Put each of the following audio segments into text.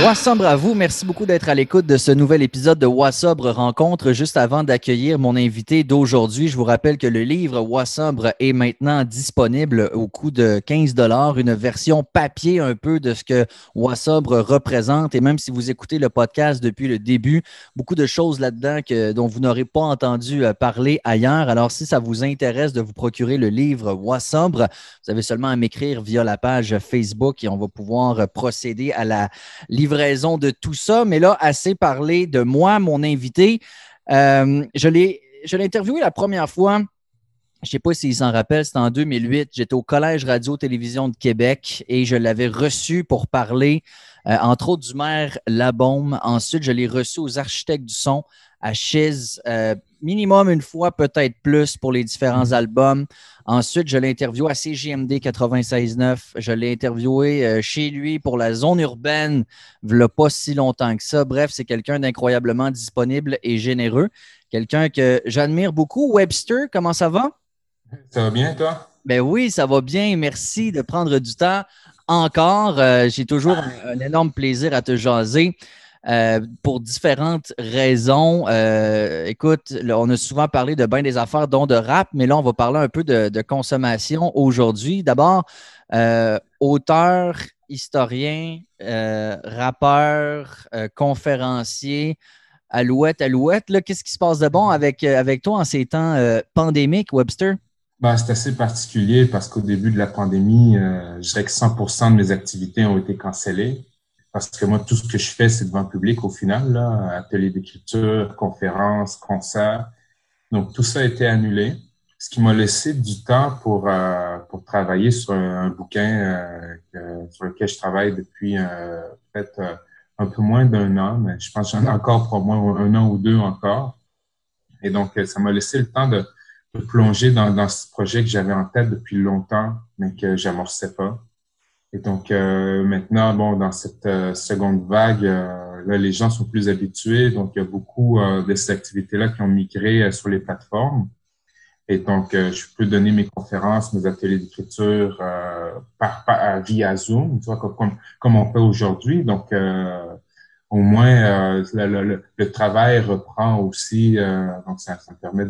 Wassobre à vous. Merci beaucoup d'être à l'écoute de ce nouvel épisode de Wassobre Rencontre. Juste avant d'accueillir mon invité d'aujourd'hui, je vous rappelle que le livre Wassobre est maintenant disponible au coût de 15 $, une version papier un peu de ce que Wassobre représente. Et même si vous écoutez le podcast depuis le début, beaucoup de choses là-dedans dont vous n'aurez pas entendu parler ailleurs. Alors, si ça vous intéresse de vous procurer le livre Wassobre, vous avez seulement à m'écrire via la page Facebook et on va pouvoir procéder à la livraison de tout ça. Mais là, assez parlé de moi, mon invité. Je l'ai interviewé la première fois. Je ne sais pas s'il s'en rappelle, c'était en 2008. J'étais au Collège Radio-Télévision de Québec et je l'avais reçu pour parler, entre autres, du maire Labaume. Ensuite, je l'ai reçu aux architectes du son à Chiz, minimum une fois, peut-être plus pour les différents albums. Ensuite, je l'ai interviewé à CJMD 96.9. Je l'ai interviewé chez lui pour la zone urbaine, il n'y a pas si longtemps que ça. Bref, c'est quelqu'un d'incroyablement disponible et généreux. Quelqu'un que j'admire beaucoup. Webster, comment ça va? Ça va bien, toi? Ben oui, ça va bien. Merci de prendre du temps encore. J'ai toujours un énorme plaisir à te jaser pour différentes raisons. Écoute, là, on a souvent parlé de bien des affaires, dont de rap, mais là, on va parler un peu de consommation aujourd'hui. D'abord, auteur, historien, rappeur, conférencier, Alouette, Alouette, là, qu'est-ce qui se passe de bon avec toi en ces temps pandémiques, Webster? Ben, c'est assez particulier parce qu'au début de la pandémie, je dirais que 100% de mes activités ont été cancellées. Parce que moi, tout ce que je fais, c'est devant le public au final, là, ateliers d'écriture, conférences, concerts. Donc, tout ça a été annulé, ce qui m'a laissé du temps pour travailler sur un bouquin sur lequel je travaille depuis peut-être un peu moins d'un an, mais je pense que j'en ai encore pour au moins un an ou deux encore. Et donc, ça m'a laissé le temps de plonger dans ce projet que j'avais en tête depuis longtemps, mais que j'amorçais pas. Et donc, maintenant, bon, dans cette seconde vague, là, les gens sont plus habitués. Donc, il y a beaucoup de ces activités-là qui ont migré sur les plateformes. Et donc, je peux donner mes conférences, mes ateliers d'écriture via Zoom, tu vois, comme on fait aujourd'hui. Donc, au moins, le travail reprend aussi. Donc, ça me permet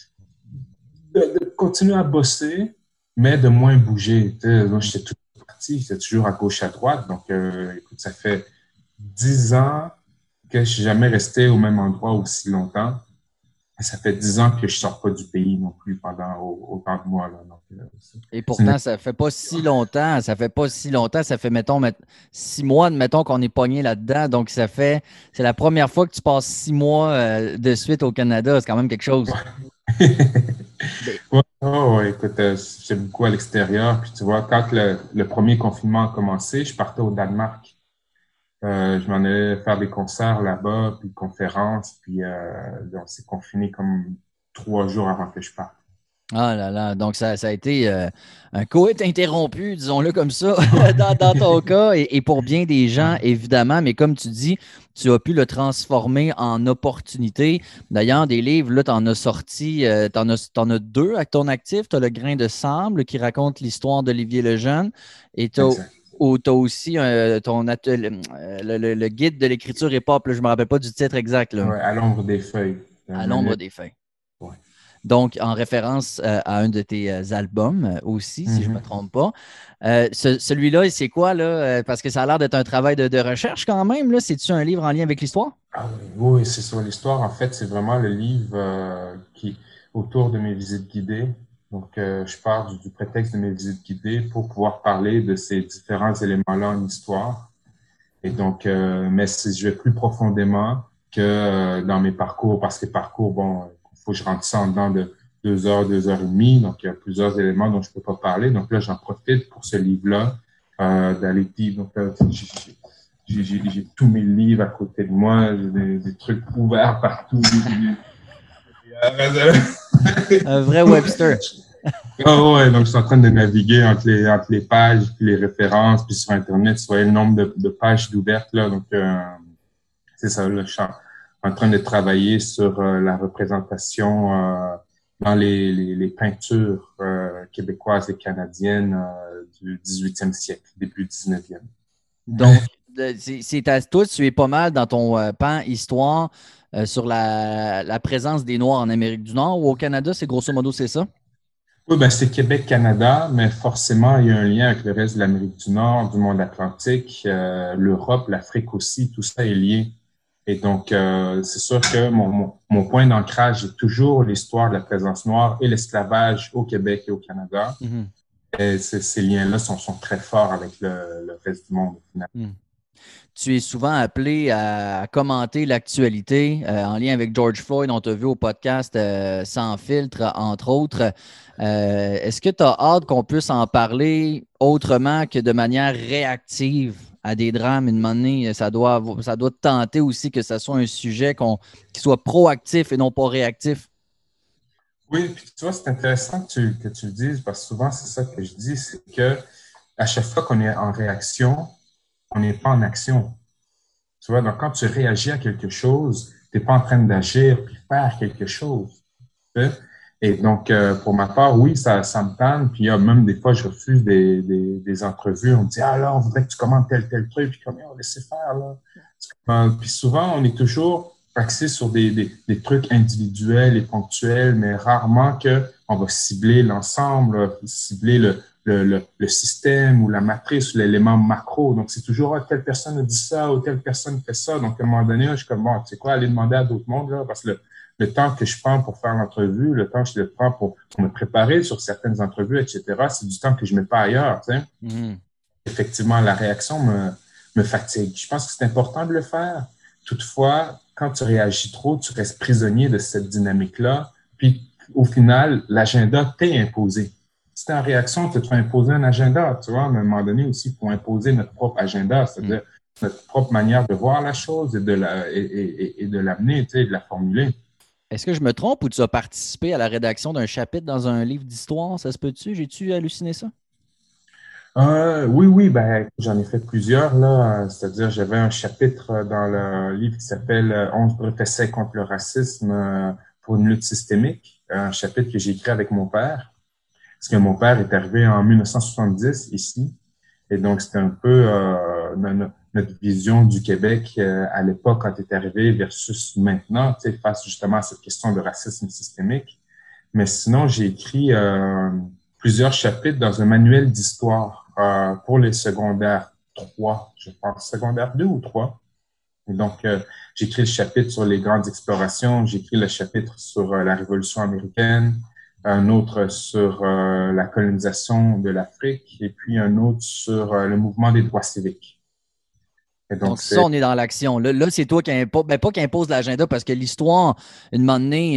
de continuer à bosser, mais de moins bouger. Tu sais, moi, j'étais toujours parti, j'étais toujours à gauche, à droite. Donc, écoute, ça fait 10 ans que je suis jamais resté au même endroit aussi longtemps. Et ça fait 10 ans que je sors pas du pays non plus pendant autant de mois. Là. Donc, Et c'est une... pourtant, ça fait pas si longtemps. Ça fait pas si longtemps. Ça fait, mettons, 6 mois, mettons qu'on est pogné là-dedans. Donc, c'est la première fois que tu passes 6 mois de suite au Canada. C'est quand même quelque chose. Ben, Ouais, ouais, écoute, j'étais beaucoup à l'extérieur. Puis tu vois, quand le premier confinement a commencé, je partais au Danemark. Je m'en allais faire des concerts là-bas, puis conférences, puis on s'est confiné comme 3 jours avant que je parte. ah là là. Donc, ça a été un coït interrompu, disons-le comme ça, dans ton cas, et pour bien des gens, évidemment. Mais comme tu dis, tu as pu le transformer en opportunité. D'ailleurs, des livres, là, tu en as sorti, t'en as deux à ton actif. Tu as Le Grain de Sable qui raconte l'histoire d'Olivier Lejeune, et tu as Exact. aussi ton atelier, le guide de l'écriture hip-hop. Là, je ne me rappelle pas du titre exact, là, Ouais, à l'ombre des feuilles. Un À manuel. l'ombre des feuilles. Ouais. Donc, en référence à un de tes albums aussi, si je ne me Mhm. trompe pas. Celui-là, c'est quoi, là? Parce que ça a l'air d'être un travail de recherche quand même, là. C'est-tu un livre en lien avec l'histoire? Ah oui, oui, c'est sur l'histoire. En fait, c'est vraiment le livre qui autour de mes visites guidées. Donc, je pars du prétexte de mes visites guidées pour pouvoir parler de ces différents éléments-là en histoire. Et donc, mais si je vais plus profondément que dans mes parcours, parce que les parcours, bon, il faut que je rentre ça en dedans de 2 heures, 2 heures et demie. Donc, il y a plusieurs éléments dont je peux pas parler. Donc là, j'en profite pour ce livre-là, d'aller dire. Donc, j'ai tous mes livres à côté de moi, j'ai des trucs ouverts partout. Un vrai Webster. Oh ouais, donc je suis en train de naviguer entre les pages, puis les références, puis sur Internet, tu vois le nombre de pages d'ouvertes là. Donc, c'est ça, là, je suis en train de travailler sur la représentation dans les peintures québécoises et canadiennes du 18e siècle, début 19e. Donc, Toi, tu es pas mal dans ton pan histoire sur la présence des Noirs en Amérique du Nord ou au Canada, c'est grosso modo, c'est ça? Oui, ben c'est Québec-Canada, mais forcément, il y a un lien avec le reste de l'Amérique du Nord, du monde atlantique, l'Europe, l'Afrique aussi, tout ça est lié. Et donc, c'est sûr que mon point d'ancrage est toujours l'histoire de la présence noire et l'esclavage au Québec et au Canada. Mhm. Et ces liens-là sont très forts avec le reste du monde, au final. Mhm. Tu es souvent appelé à commenter l'actualité en lien avec George Floyd. On t'a vu au podcast Sans filtre, entre autres. Est-ce que tu as hâte qu'on puisse en parler autrement que de manière réactive à des drames? Une année, ça doit te tenter aussi que ce soit un sujet qui soit proactif et non pas réactif. Oui, puis tu vois, c'est intéressant que tu le dises parce que souvent, c'est ça que je dis, c'est que à chaque fois qu'on est en réaction, on n'est pas en action. Tu vois, donc quand tu réagis à quelque chose, tu n'es pas en train d'agir puis faire quelque chose. Tu sais. Et donc, pour ma part, oui, ça me tanne. Puis il y a même des fois, je refuse des entrevues. On me dit, ah là, on voudrait que tu commandes tel truc. Puis comme, on laisse faire, là. Puis souvent, on est toujours axé sur des trucs individuels et ponctuels, mais rarement que on va cibler l'ensemble, cibler le système ou la matrice ou l'élément macro. Donc, c'est toujours, ah, telle personne a dit ça ou telle personne fait ça. Donc, à un moment donné, je suis comme, bon, tu sais quoi, aller demander à d'autres mondes, là, parce que le temps que je prends pour faire l'entrevue, le temps que je prends pour me préparer sur certaines entrevues, etc., c'est du temps que je mets pas ailleurs, tu sais. Mhm. Effectivement, la réaction me fatigue. Je pense que c'est important de le faire. Toutefois, quand tu réagis trop, tu restes prisonnier de cette dynamique-là. Puis, au final, l'agenda t'est imposé. Si tu es en réaction, tu te fais imposer un agenda. Tu vois, à un moment donné aussi, il faut imposer notre propre agenda, Mhm. c'est-à-dire notre propre manière de voir la chose et de l'amener, tu sais, de la formuler. Est-ce que je me trompe ou tu as participé à la rédaction d'un chapitre dans un livre d'histoire? Ça se peut-tu? J'ai-tu halluciné ça? Oui, oui, ben, j'en ai fait plusieurs, là. C'est-à-dire, j'avais un chapitre dans le livre qui s'appelle 11 brefs essais contre le racisme pour une lutte systémique. Un chapitre que j'ai écrit avec mon père. Parce que mon père est arrivé en 1970 ici. Et donc, c'était un peu notre vision du Québec à l'époque quand il est arrivé versus maintenant, tu sais, face justement à cette question de racisme systémique. Mais sinon, j'ai écrit plusieurs chapitres dans un manuel d'histoire pour les secondaires 3, je pense, secondaire 2 ou 3. Et donc, j'ai écrit le chapitre sur les grandes explorations, j'ai écrit le chapitre sur la Révolution américaine, un autre sur la colonisation de l'Afrique et puis un autre sur le mouvement des droits civiques. Et donc, Donc, ça, c'est on est dans l'action. Là, c'est toi qui impose, ben, pas qui impose l'agenda parce que l'histoire, une moment donné,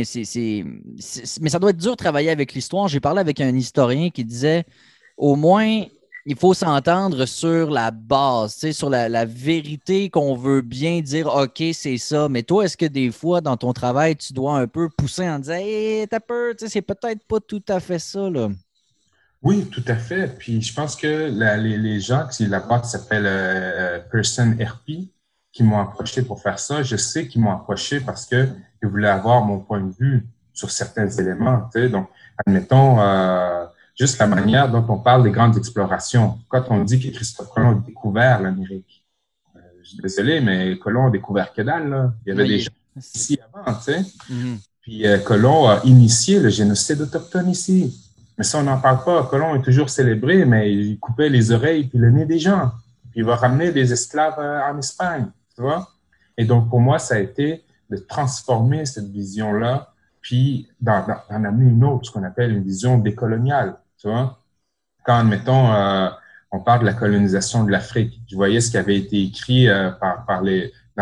mais ça doit être dur de travailler avec l'histoire. J'ai parlé avec un historien qui disait, au moins, il faut s'entendre sur la base, tu sais, sur la vérité qu'on veut bien dire, OK, c'est ça. Mais toi, est-ce que des fois, dans ton travail, tu dois un peu pousser en disant, hey, t'as peur, tu sais, c'est peut-être pas tout à fait ça, là. Oui, tout à fait. Puis je pense que les gens qui là-bas qui s'appellent Person RP qui m'ont approché pour faire ça, je sais qu'ils m'ont approché parce que ils voulaient avoir mon point de vue sur certains éléments. Tu sais. Donc, admettons juste la manière dont on parle des grandes explorations. Quand on dit que Christophe Colomb a découvert l'Amérique, je suis désolé, mais Colomb a découvert que dalle, là. Il y avait des Oui. gens ici avant, tu sais. Mhm. Puis Colomb a initié le génocide autochtone ici. Mais ça, on n'en parle pas. Colomb est toujours célébré, mais il coupait les oreilles puis le nez des gens. Puis il va ramener des esclaves en Espagne, tu vois. Et donc, pour moi, ça a été de transformer cette vision-là, puis d'en amener une autre, ce qu'on appelle une vision décoloniale, tu vois. Quand, admettons, on parle de la colonisation de l'Afrique, je voyais ce qui avait été écrit dans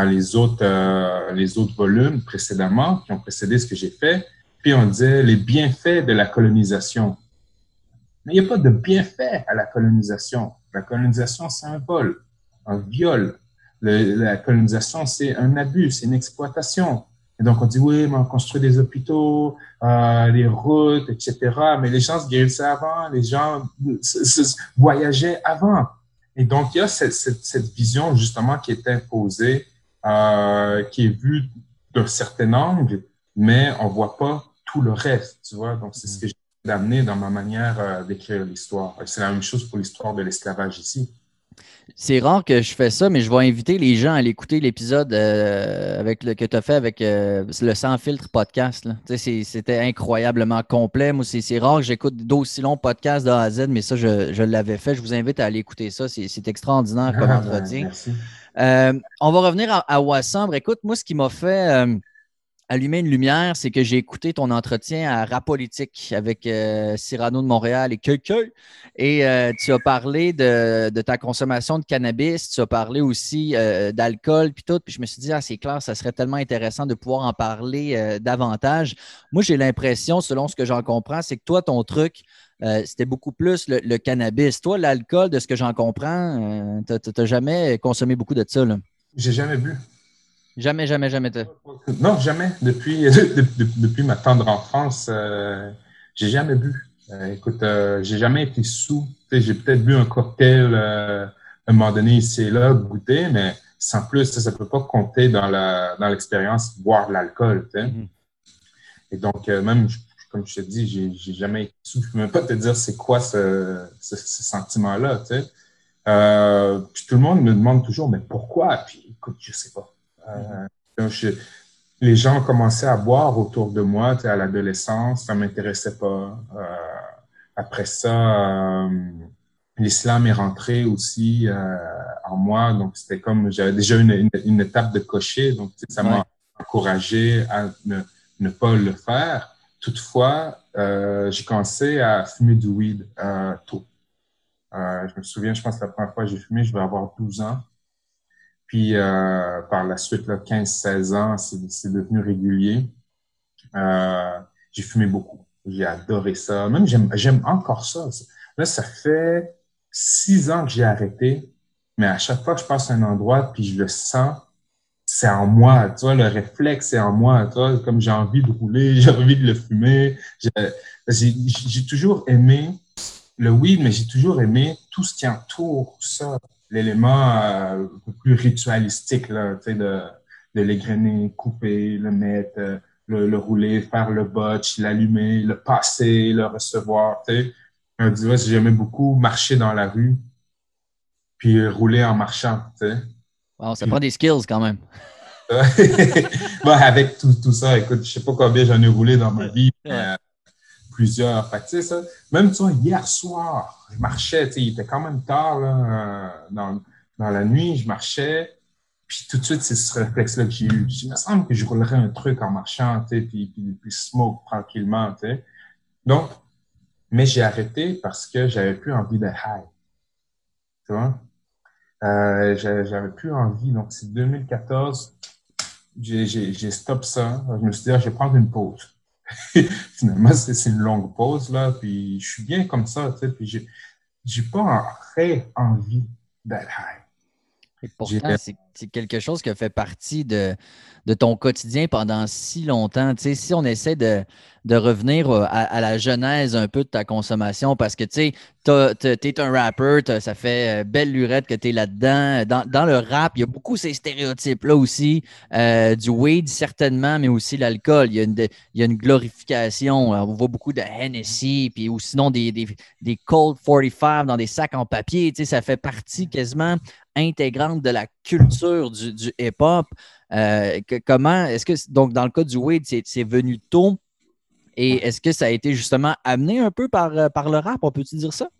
les autres volumes précédemment, qui ont précédé ce que j'ai fait. Puis on disait les bienfaits de la colonisation. Mais il n'y a pas de bienfait à la colonisation. La colonisation, c'est un vol, un viol. La colonisation, c'est un abus, c'est une exploitation. Et donc, on dit, oui, mais on construit des hôpitaux, des routes, etc. Mais les gens se guérissaient avant, les gens voyageaient avant. Et donc, il y a cette vision, justement, qui est imposée, qui est vue d'un certain angle, mais on voit pas tout le reste, tu vois. Donc, c'est ce que d'amener dans ma manière d'écrire l'histoire. C'est la même chose pour l'histoire de l'esclavage ici. C'est rare que je fais ça, mais je vais inviter les gens à aller écouter l'épisode que tu as fait avec le Sans Filtre podcast, là. Tu sais, c'était incroyablement complet. Moi, c'est rare que j'écoute d'aussi longs podcasts de A à Z, mais ça, je l'avais fait. Je vous invite à aller écouter ça. C'est extraordinaire comme Ah, ben, entretien. merci. On va revenir à Wassambre. Écoute, moi, ce qui m'a fait allumer une lumière, c'est que j'ai écouté ton entretien à Rapolitique avec Cyrano de Montréal et Quelqu'un. Et tu as parlé de ta consommation de cannabis, tu as parlé aussi d'alcool, puis tout. Puis je me suis dit, ah, c'est clair, ça serait tellement intéressant de pouvoir en parler davantage. Moi, j'ai l'impression, selon ce que j'en comprends, c'est que toi, ton truc, c'était beaucoup plus le cannabis. Toi, l'alcool, de ce que j'en comprends, tu n'as jamais consommé beaucoup de ça, là. J'ai jamais bu. Jamais, jamais, jamais. Non, jamais. Depuis ma tendre enfance, j'ai jamais bu. Écoute, j'ai jamais été sous. Tu sais, j'ai peut-être bu un cocktail à un moment donné ici et là, goûter, mais sans plus, ça ne peut pas compter dans l'expérience boire de l'alcool. Tu sais. Mhm. Et donc, même, comme je te dis, j'ai jamais été sous. Je ne peux même pas te dire c'est quoi ce sentiment-là. Tu sais. Puis tout le monde me demande toujours, mais pourquoi? Puis écoute, je sais pas. Mhm. Donc, les gens ont commencé à boire autour de moi, tu sais, à l'adolescence, ça m'intéressait pas. Après ça, l'islam est rentré aussi en moi, donc c'était comme j'avais déjà une étape de cocher, donc tu sais, ça Ouais. m'a encouragé à ne pas le faire. Toutefois, j'ai commencé à fumer du weed tôt. Je me souviens, je pense que la première fois que j'ai fumé, je vais avoir 12 ans. Puis par la suite, 15-16 ans, c'est devenu régulier. Euh, j'ai fumé beaucoup. J'ai adoré ça. Même j'aime encore ça. Là, ça fait 6 ans que j'ai arrêté, mais à chaque fois que je passe à un endroit puis je le sens, c'est en moi. Tu vois, le réflexe, c'est en moi. Tu vois, comme j'ai envie de rouler, j'ai envie de le fumer. J'ai toujours aimé le weed, mais j'ai toujours aimé tout ce qui entoure ça, l'élément un peu plus ritualistique, là, tu sais, de l'égrener, couper, le mettre, le rouler, faire le botch, l'allumer, le passer, le recevoir, tu sais. J'aimais beaucoup marcher dans la rue, puis rouler en marchant, tu sais. Wow, ça Puis, prend des skills quand même. bon, avec tout ça, écoute, je sais pas combien j'en ai roulé dans ma vie, Ouais. mais plusieurs. Fait que, tu sais, ça, même, tu vois, hier soir, je marchais, tu sais, il était quand même tard, là, dans la nuit, je marchais, puis tout de suite, c'est ce réflexe-là que j'ai eu. Il me semble que je roulerais un truc en marchant, tu sais, puis smoke tranquillement, tu sais. Donc, mais j'ai arrêté parce que j'avais plus envie de high, tu vois. J'avais plus envie. Donc, c'est 2014, j'ai stop ça. Je me suis dit, ah, je vais prendre une pause. Finalement, c'est une longue pause, là, puis je suis bien comme ça, tu sais, puis j'ai pas très envie d'être high. Et J'ai, pourtant, c'est quelque chose qui a fait partie de ton quotidien pendant si longtemps. Tu sais, si on essaie de revenir à la genèse un peu de ta consommation, parce que tu sais, t'es un rapper, ça fait belle lurette que tu es là-dedans. Dans le rap, il y a beaucoup ces stéréotypes-là aussi, du weed certainement, mais aussi l'alcool. Il y a une glorification. On voit beaucoup de Hennessy, puis ou sinon des Colt 45 dans des sacs en papier. Tu sais, ça fait partie quasiment intégrante de la culture du hip-hop. Comment est-ce que, donc, dans le cas du weed, c'est venu tôt et est-ce que ça a été justement amené un peu par le rap? On peut-tu dire ça?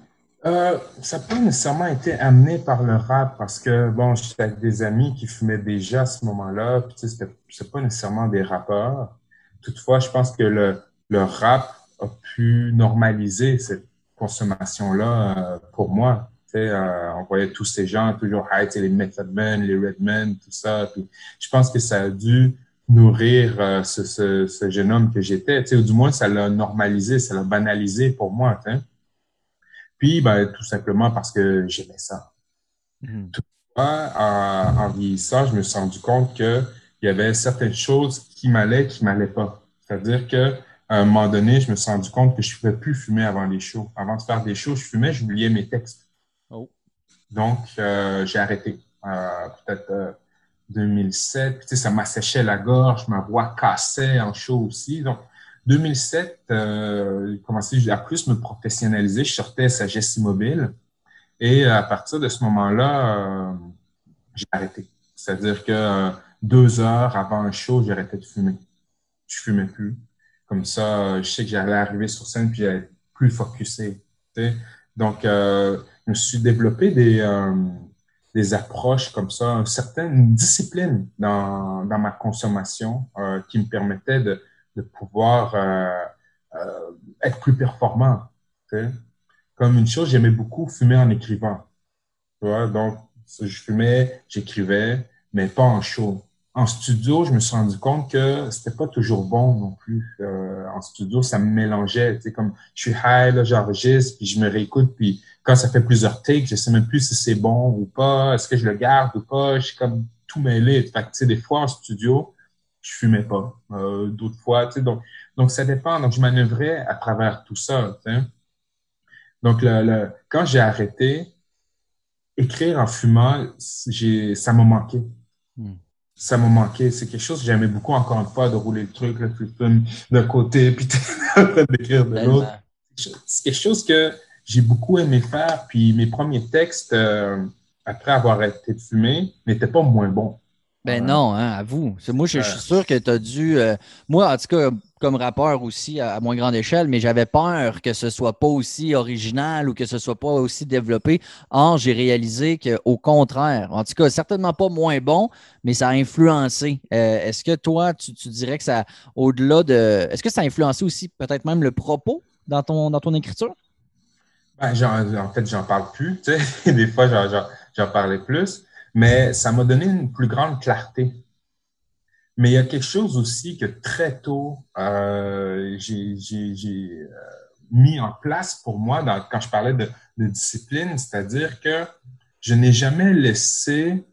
ça n'a pas nécessairement été amené par le rap parce que, bon, j'étais avec des amis qui fumaient déjà à ce moment-là, puis tu sais, c'est pas nécessairement des rappeurs. Toutefois, je pense que le rap a pu normaliser cette consommation-là pour moi. Tu sais, on voyait tous ces gens toujours high, tu sais, les Method Men, les Redmen, tout ça. Puis je pense que ça a dû nourrir ce jeune homme que j'étais, tu sais, ou du moins ça l'a normalisé, ça l'a banalisé pour moi, tu sais. Puis, ben, tout simplement parce que j'aimais ça. Mhm. En vieillissant, je me suis rendu compte qu'il y avait certaines choses qui m'allaient pas. C'est-à-dire que à un moment donné, je me suis rendu compte que je ne pouvais plus fumer avant les shows. Avant de faire des shows, je fumais, j'oubliais mes textes. Oh. Donc, j'ai arrêté. Peut-être 2007. Puis, tu sais, ça m'asséchait la gorge, ma voix cassait en show aussi. Donc, 2007, j'ai commencé à plus me professionnaliser. Je sortais Sagesse Immobile. Et à partir de ce moment-là, j'ai arrêté. C'est-à-dire que 2 heures avant un show, j'ai arrêté de fumer. Je fumais plus. Comme ça, je sais que j'allais arriver sur scène puis j'allais être plus focusé. Tu sais. Donc, je me suis développé des approches comme ça, une discipline dans ma consommation qui me permettait de pouvoir être plus performant. Tu sais. Comme une chose, j'aimais beaucoup fumer en écrivant. Tu vois, donc, je fumais, j'écrivais, mais pas en show. En studio, je me suis rendu compte que c'était pas toujours bon non plus. En studio, ça me mélangeait. Tu sais, comme je suis high, là, j'enregistre, puis je me réécoute, puis quand ça fait plusieurs takes, je sais même plus si c'est bon ou pas, est-ce que je le garde ou pas. Je suis comme tout mêlé. Fait que, tu sais, des fois en studio, je fumais pas. D'autres fois, tu sais, donc ça dépend. Donc, je manœuvrais à travers tout ça. Tu sais. Donc, quand j'ai arrêté, écrire en fumant, ça m'a manqué. Hmm. Ça m'a manqué. C'est quelque chose que j'aimais beaucoup, encore une fois, de rouler le truc, le fume d'un côté, puis en train d'écrire de l'autre. Tellement. C'est quelque chose que j'ai beaucoup aimé faire. Puis mes premiers textes, après avoir arrêté de fumer, n'étaient pas moins bons. Ben Euh, non, hein, avoue. Moi, je suis sûr que tu as dû. Moi, en tout cas, comme rappeur aussi, à moins grande échelle, mais j'avais peur que ce soit pas aussi original ou que ce soit pas aussi développé. Or, j'ai réalisé qu'au contraire, en tout cas, certainement pas moins bon, mais ça a influencé. Est-ce que toi, tu dirais que ça, au-delà de. Est-ce que ça a influencé aussi peut-être même le propos dans ton écriture? ben, en fait, j'en parle plus. Tu sais. Des fois, j'en parlais plus. Mais ça m'a donné une plus grande clarté. Mais il y a quelque chose aussi que très tôt, j'ai mis en place pour moi quand je parlais de discipline, c'est-à-dire que je n'ai jamais laissé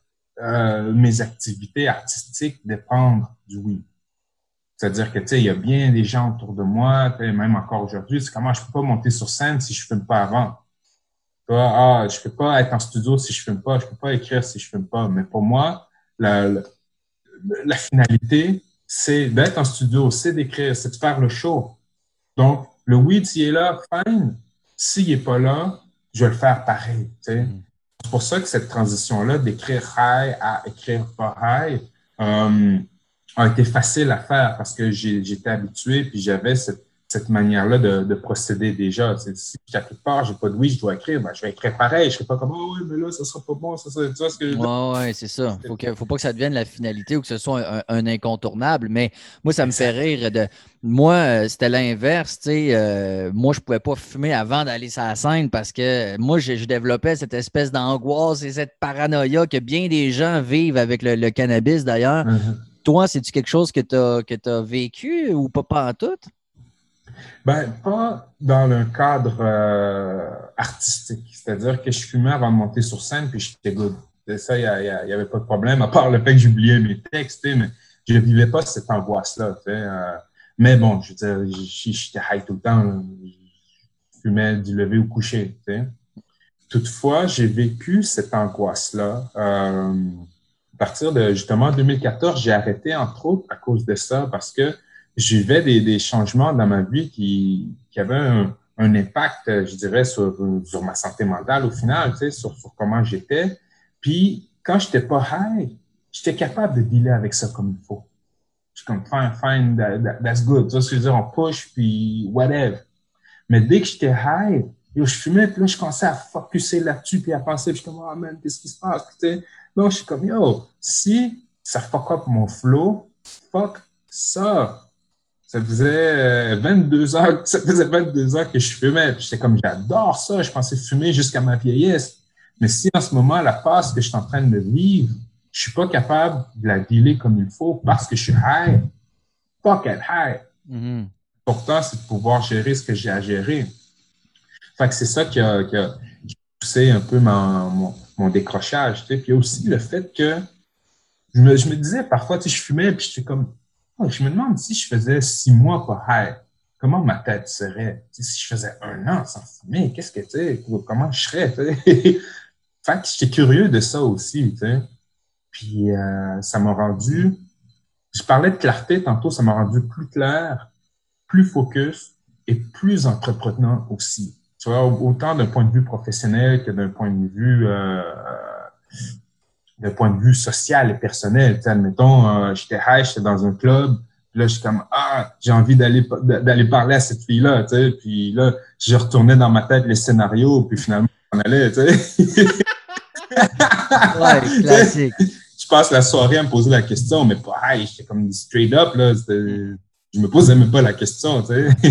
mes activités artistiques dépendre du oui. C'est-à-dire que, tu sais, il y a bien des gens autour de moi, même encore aujourd'hui, c'est comment je peux pas monter sur scène si je filme pas avant. Tu vois, je peux pas être en studio si je filme pas, je peux pas écrire si je filme pas. Mais pour moi, la, la finalité, c'est d'être en studio, c'est d'écrire, c'est de faire le show. Donc, le weed, s'il est là, fine. S'il n'est pas là, je vais le faire pareil. Tu sais. Mhm. C'est pour ça que cette transition-là d'écrire high à écrire pas high euh, a été facile à faire parce que j'étais habitué puis j'avais cette manière-là de procéder déjà. Si quelque part, j'ai pas de weed, je dois écrire, ben, je vais écrire pareil. Je ne serai pas comme, oh oui, mais là, ça sera pas bon, ça, tu vois ce que je veux dire? Ouais, ouais, c'est ça. Faut pas que ça devienne la finalité ou que ce soit un incontournable. Mais moi, ça me fait Exact. rire de. Moi, c'était l'inverse. Tu sais, moi, je pouvais pas fumer avant d'aller sur la scène parce que moi, je développais cette espèce d'angoisse et cette paranoïa que bien des gens vivent avec le cannabis d'ailleurs. Mhm. Toi, c'est-tu quelque chose que t'as vécu ou pas en tout? Ben, pas dans le cadre artistique. C'est-à-dire que je fumais avant de monter sur scène, puis j'étais good. Et ça, il y avait pas de problème, à part le fait que j'oubliais mes textes, tu sais, mais je ne vivais pas cette angoisse-là. Tu sais, mais bon, je veux dire, j'étais high tout le temps. Là. Je fumais du lever au coucher. Tu sais. Toutefois, j'ai vécu cette angoisse-là. À partir de justement 2014, j'ai arrêté, entre autres, à cause de ça, parce que je vivais des changements dans ma vie qui avaient un impact, je dirais, sur ma santé mentale au final, tu sais, sur comment j'étais. Puis, quand j'étais pas high, j'étais capable de dealer avec ça comme il faut. Je suis comme, fine, that's good. Tu vois ce que je veux dire? On push, puis whatever. Mais dès que j'étais high, yo, je fumais, puis là, je commençais à focuser là-dessus, puis à penser, puis je suis comme, oh man, qu'est-ce qui se passe? Puis, tu sais, donc, je suis comme, yo, si ça fuck up mon flow, fuck ça. Ça faisait 22 heures, ça faisait 22 heures que je fumais. Puis j'étais comme, j'adore ça, je pensais fumer jusqu'à ma vieillesse. Mais si en ce moment, la passe que je suis en train de vivre, je suis pas capable de la dealer comme il faut parce que je suis high, fuck it, high. Mhm. Pourtant, c'est de pouvoir gérer ce que j'ai à gérer. Fait que c'est ça qui a poussé un peu mon décrochage. Tu sais. Puis il y a aussi le fait que je me disais parfois, tu sais, je fumais, puis j'étais comme, oh, je me demande si je faisais 6 mois pas high, comment ma tête serait? Tu sais, si je faisais 1 an sans fumer, qu'est-ce que tu sais, comment je serais? Tu sais? Fait que j'étais curieux de ça aussi. Tu sais. Puis ça m'a rendu, je parlais de clarté tantôt, ça m'a rendu plus clair, plus focus et plus entreprenant aussi. Tu vois, autant d'un point de vue professionnel que d'un point de vue social et personnel. Tu sais, admettons, j'étais high, j'étais dans un club, puis là, je suis comme, j'ai envie d'aller parler à cette fille-là, tu sais, puis là, je retournais dans ma tête les scénarios, puis finalement, on allait, tu sais. Ouais, Tu sais, classique. je passe la soirée à me poser la question, mais pas, hey, j'étais comme straight up, là, Hmm. je me posais même pas la question, tu sais.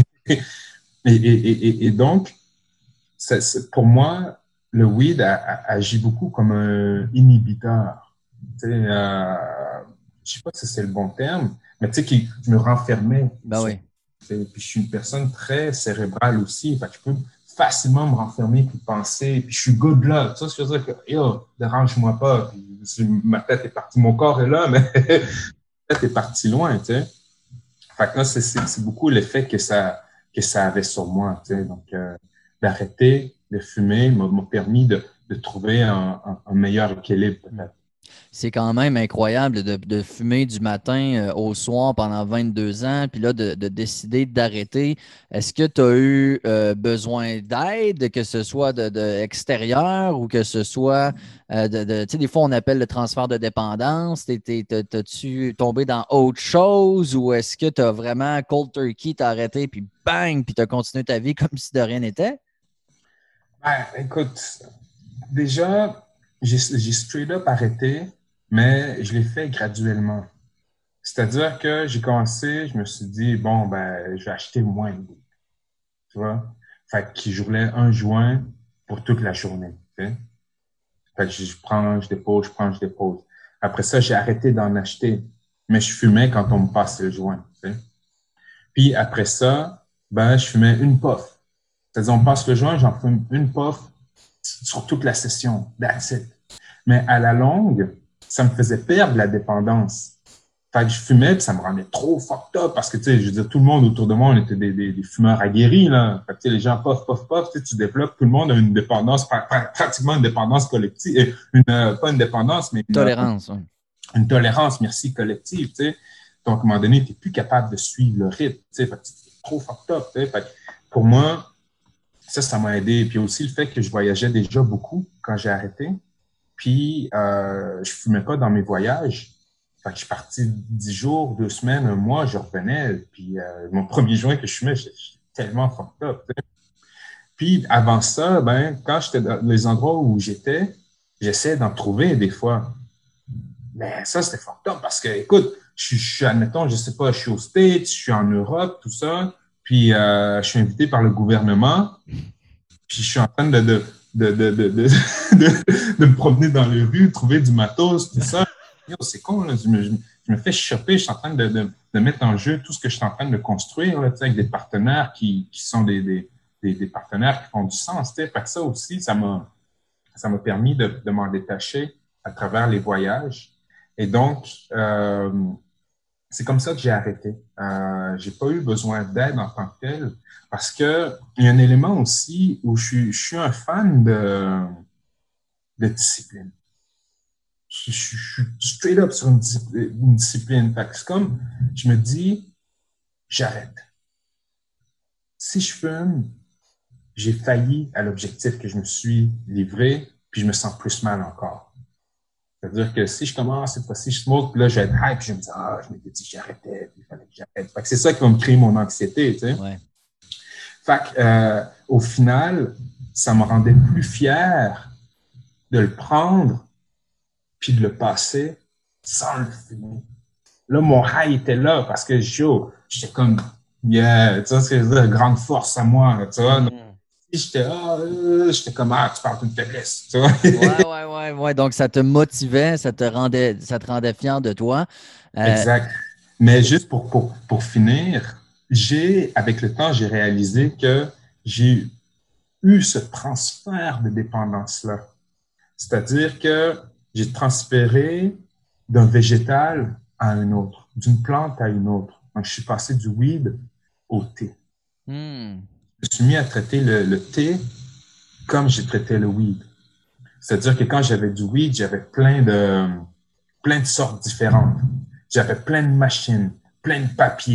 Et donc, pour moi, le weed agit beaucoup comme un inhibiteur. Tu sais, je sais pas si c'est le bon terme, mais tu sais, qui me renfermait Ben sur. oui. Puis je suis une personne très cérébrale aussi, fait que je peux facilement me renfermer puis penser, puis je suis good là. Tu sais, ce que je veux dire que, yo, dérange-moi pas. Puis, ma tête est partie, mon corps est là, mais ma tête est partie loin, tu sais. Fait que là, c'est beaucoup l'effet que ça avait sur moi, tu sais. Donc, d'arrêter de fumer m'a permis de trouver un meilleur équilibre, Hmm. peut-être. C'est quand même incroyable de fumer du matin au soir pendant 22 ans, puis là, de décider d'arrêter. Est-ce que tu as eu besoin d'aide, que ce soit de extérieur ou que ce soit tu sais, des fois, on appelle le transfert de dépendance. T'as-tu tombé dans autre chose ou est-ce que tu as vraiment cold turkey, t'as arrêté, puis bang, puis tu as continué ta vie comme si de rien n'était? Ben, écoute, déjà, j'ai straight up arrêté, mais je l'ai fait graduellement. C'est-à-dire que j'ai commencé, je me suis dit, bon, ben, je vais acheter moins de weed, tu vois. Fait que je voulais un joint pour toute la journée, tu sais. Fait que je prends, je dépose, je prends, je dépose. Après ça, j'ai arrêté d'en acheter, mais je fumais quand on me passait le joint, tu sais. Puis après ça, ben, je fumais une puff. C'est-à-dire, on passe le joint, j'en fume une puff sur toute la session. That's it. Mais à la longue, ça me faisait perdre la dépendance. Fait que je fumais, puis ça me rendait trop fucked up parce que, tu sais, je veux dire, tout le monde autour de moi, on était des fumeurs aguerris, là. Fait que, tu sais, les gens puff, puff, puff, tu développes, tout le monde a une dépendance, pratiquement une dépendance collective, pas une dépendance, mais Tolérance. Ouais. une tolérance, merci, collective, tu sais. Donc, à un moment donné, tu n'es plus capable de suivre le rythme, tu sais, fait que c'est trop fucked up, tu sais. Fait que pour moi, ça m'a aidé. Puis aussi le fait que je voyageais déjà beaucoup quand j'ai arrêté. Puis, je fumais pas dans mes voyages. Fait que je suis parti 10 jours, 2 semaines, un mois, je revenais. Puis, mon premier joint que je fumais, j'étais tellement fucked up. T'sais. Puis, avant ça, ben, quand j'étais dans les endroits où j'étais, j'essayais d'en trouver des fois. Mais ça, c'était fucked up parce que, écoute, admettons, je sais pas, je suis aux States, je suis en Europe, tout ça. Puis, je suis invité par le gouvernement. Puis je suis en train de me promener dans les rues, trouver du matos, tout ça. Yo, c'est con, là. Je me fais choper, je suis en train de mettre en jeu tout ce que je suis en train de construire là, avec des partenaires qui sont des partenaires qui font du sens. Fait que ça aussi, ça m'a permis de m'en détacher à travers les voyages. Et donc, c'est comme ça que j'ai arrêté. J'ai pas eu besoin d'aide en tant que tel parce que il y a un élément aussi où je suis un fan de discipline. Je suis straight up sur une discipline. Fait que c'est comme, je me dis, j'arrête. Si je fume, j'ai failli à l'objectif que je me suis livré, puis je me sens plus mal encore. C'est-à-dire que si je commence cette fois-ci, je smoke, puis là, je vais être hype, puis je me dis, je m'étais dit que j'arrêtais, puis il fallait que j'arrête. Fait que c'est ça qui va me créer mon anxiété, tu sais. Ouais. Fait que, au final, ça me rendait plus fier de le prendre, puis de le passer sans le fumer. Là, mon high était là, parce que j'étais comme, yeah, tu vois ce que je veux dire, grande force à moi, tu vois. Donc, Mhm. si j'étais comme, tu parles d'une faiblesse, tu vois. Ouais, ouais, ouais, ouais. Donc, ça te motivait, ça te rendait fier de toi. Euh, Exact. Mais juste pour finir, avec le temps, j'ai réalisé que j'ai eu ce transfert de dépendance-là. C'est-à-dire que j'ai transféré d'un végétal à un autre, d'une plante à une autre. Donc, je suis passé du weed au thé. hmm. Je me suis mis à traiter le thé comme j'ai traité le weed. C'est-à-dire que quand j'avais du weed, j'avais plein de sortes différentes. J'avais plein de machines, plein de papiers.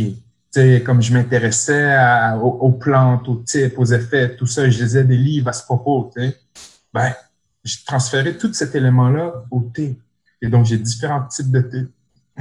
sais, comme je m'intéressais aux plantes, aux types, aux effets, tout ça, je lisais des livres à ce propos, tu sais, ben, j'ai transféré tout cet élément-là au thé. Et donc, j'ai différents types de thé.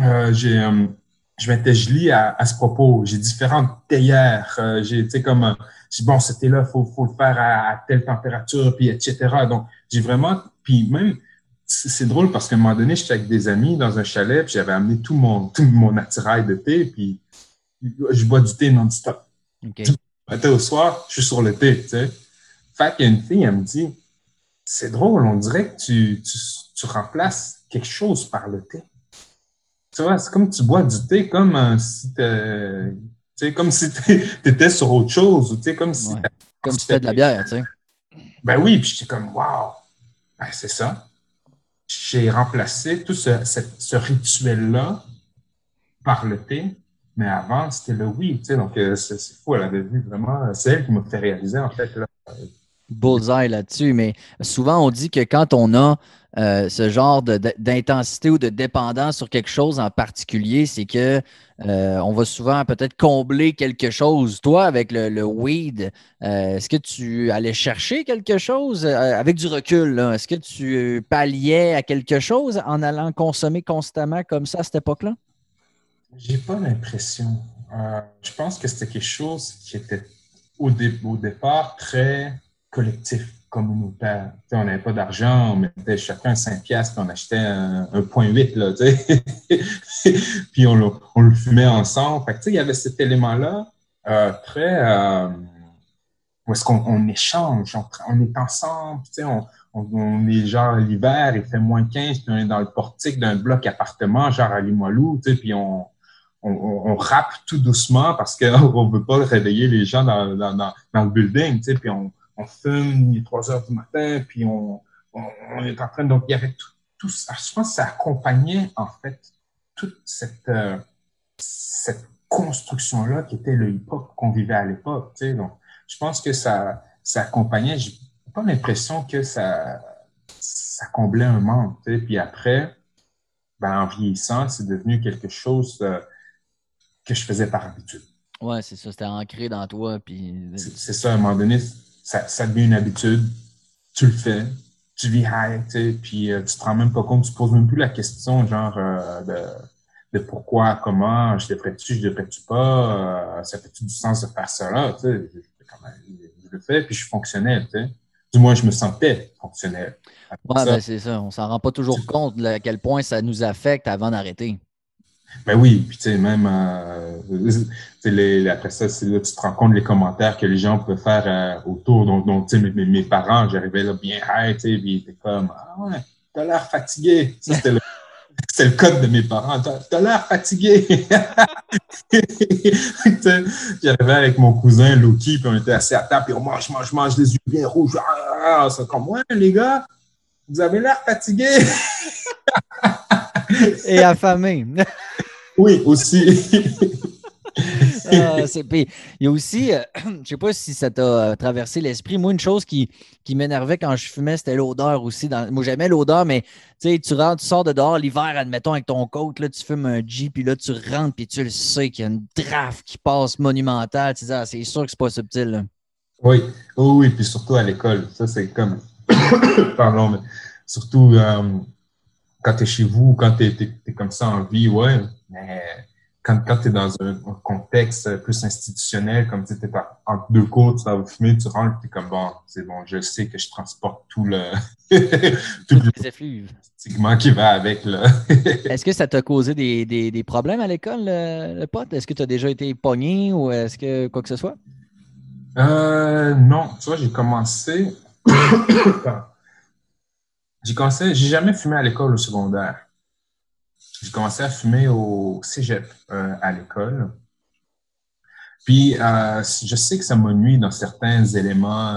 Je lis à ce propos. J'ai différentes théières. Tu sais, comme, je dis, bon, ce thé-là, faut le faire à telle température, puis etc. Donc, j'ai vraiment, puis même, c'est drôle parce qu'à un moment donné, j'étais avec des amis dans un chalet, puis j'avais amené tout mon attirail de thé, puis je bois du thé non-stop. Du OK. matin au soir, je suis sur le thé, tu sais. Fait qu'il y a une fille, elle me dit, c'est drôle, on dirait que tu remplaces quelque chose par le thé. Tu vois, c'est comme tu bois du thé comme si comme si t'étais sur autre chose, ou tu sais, comme si Ouais. Comme tu fais de la bière, tu sais. ben oui, puis j'étais comme, wow, ben c'est ça. J'ai remplacé tout ce rituel-là par le thé, mais avant, c'était le oui, tu sais, donc c'est fou, elle avait vu vraiment, c'est elle qui m'a fait réaliser, en fait, là. Bullseye là-dessus, mais souvent on dit que quand on a ce genre d'intensité ou de dépendance sur quelque chose en particulier, c'est que on va souvent peut-être combler quelque chose. Toi, avec le weed, est-ce que tu allais chercher quelque chose avec du recul, là? Est-ce que tu palliais à quelque chose en allant consommer constamment comme ça à cette époque-là? J'ai pas l'impression. Je pense que c'était quelque chose qui était au départ très collectif, communautaire. Tu sais, on n'avait pas d'argent, on mettait chacun 5 piastres, puis on achetait un point 8, là, tu sais. Puis on le fumait ensemble. Fait que, tu sais, il y avait cet élément-là très où est-ce qu'on échange, on est ensemble, tu sais, on est genre l'hiver, il fait -15, puis on est dans le portique d'un bloc appartement, genre à Limoilou, tu sais, puis on rappe tout doucement parce qu'on ne veut pas réveiller les gens dans le building, tu sais, puis on fume, il est 3 heures du matin, puis on est en train, donc il y avait tout ça. Je pense que ça accompagnait, en fait, toute cette construction-là qui était le hip-hop qu'on vivait à l'époque, tu sais, donc je pense que ça accompagnait, j'ai pas l'impression que ça comblait un manque, tu sais, puis après, ben, en vieillissant, c'est devenu quelque chose que je faisais par habitude. Ouais, c'est ça, c'était ancré dans toi, puis C'est ça, à un moment donné, ça devient une habitude, tu le fais, tu vis high, tu sais, puis tu te rends même pas compte, tu te poses même plus la question, genre, de pourquoi, comment, je devrais-tu pas, ça fait-tu du sens de faire ça là, tu sais, je le fais, puis je suis fonctionnel, tu sais. Du moins, je me sentais fonctionnel. Après ouais, ça, ben c'est ça. On s'en rend pas toujours compte de à quel point ça nous affecte avant d'arrêter. ben oui, puis tu sais, même tu sais, après ça, c'est là tu te rends compte les commentaires que les gens peuvent faire autour. Donc tu sais, mes parents, j'arrivais là bien high, tu sais, puis ils étaient comme ah ouais, t'as l'air fatigué. Ça, c'était le code de mes parents. T'as l'air fatigué. Tu sais, j'arrivais avec mon cousin Loki, puis on était assis à table, puis on mange les yeux bien rouges. C'est comme ouais, les gars, vous avez l'air fatigué. Et affamé. Oui, aussi. Ah, puis, il y a aussi, je sais pas si ça t'a traversé l'esprit. Moi, une chose qui m'énervait quand je fumais, c'était l'odeur aussi. Moi, j'aimais l'odeur, mais tu sais, tu sors de dehors l'hiver, admettons, avec ton coat, là, tu fumes un G, puis là, tu rentres, puis tu le sais qu'il y a une draft qui passe monumentale. Tu dis, ah, c'est sûr que c'est pas subtil, là. Oui, oh, oui, puis surtout à l'école. Ça, c'est comme, pardon, mais surtout quand tu es chez vous, quand tu es, comme ça en vie, ouais, mais quand tu es dans un contexte plus institutionnel, comme tu es entre deux cours, tu vas fumer, tu rentres, tu es comme, bon, c'est bon, je sais que je transporte tout le, tout Toutes le les effluves. stigma qui va avec, là. Est-ce que ça t'a causé des problèmes à l'école, le pote? Est-ce que tu as déjà été pogné ou est-ce que quoi que ce soit? Non, tu vois, j'ai jamais fumé à l'école au secondaire. J'ai commencé à fumer au cégep à l'école. Puis, je sais que ça m'a nuit dans certains éléments.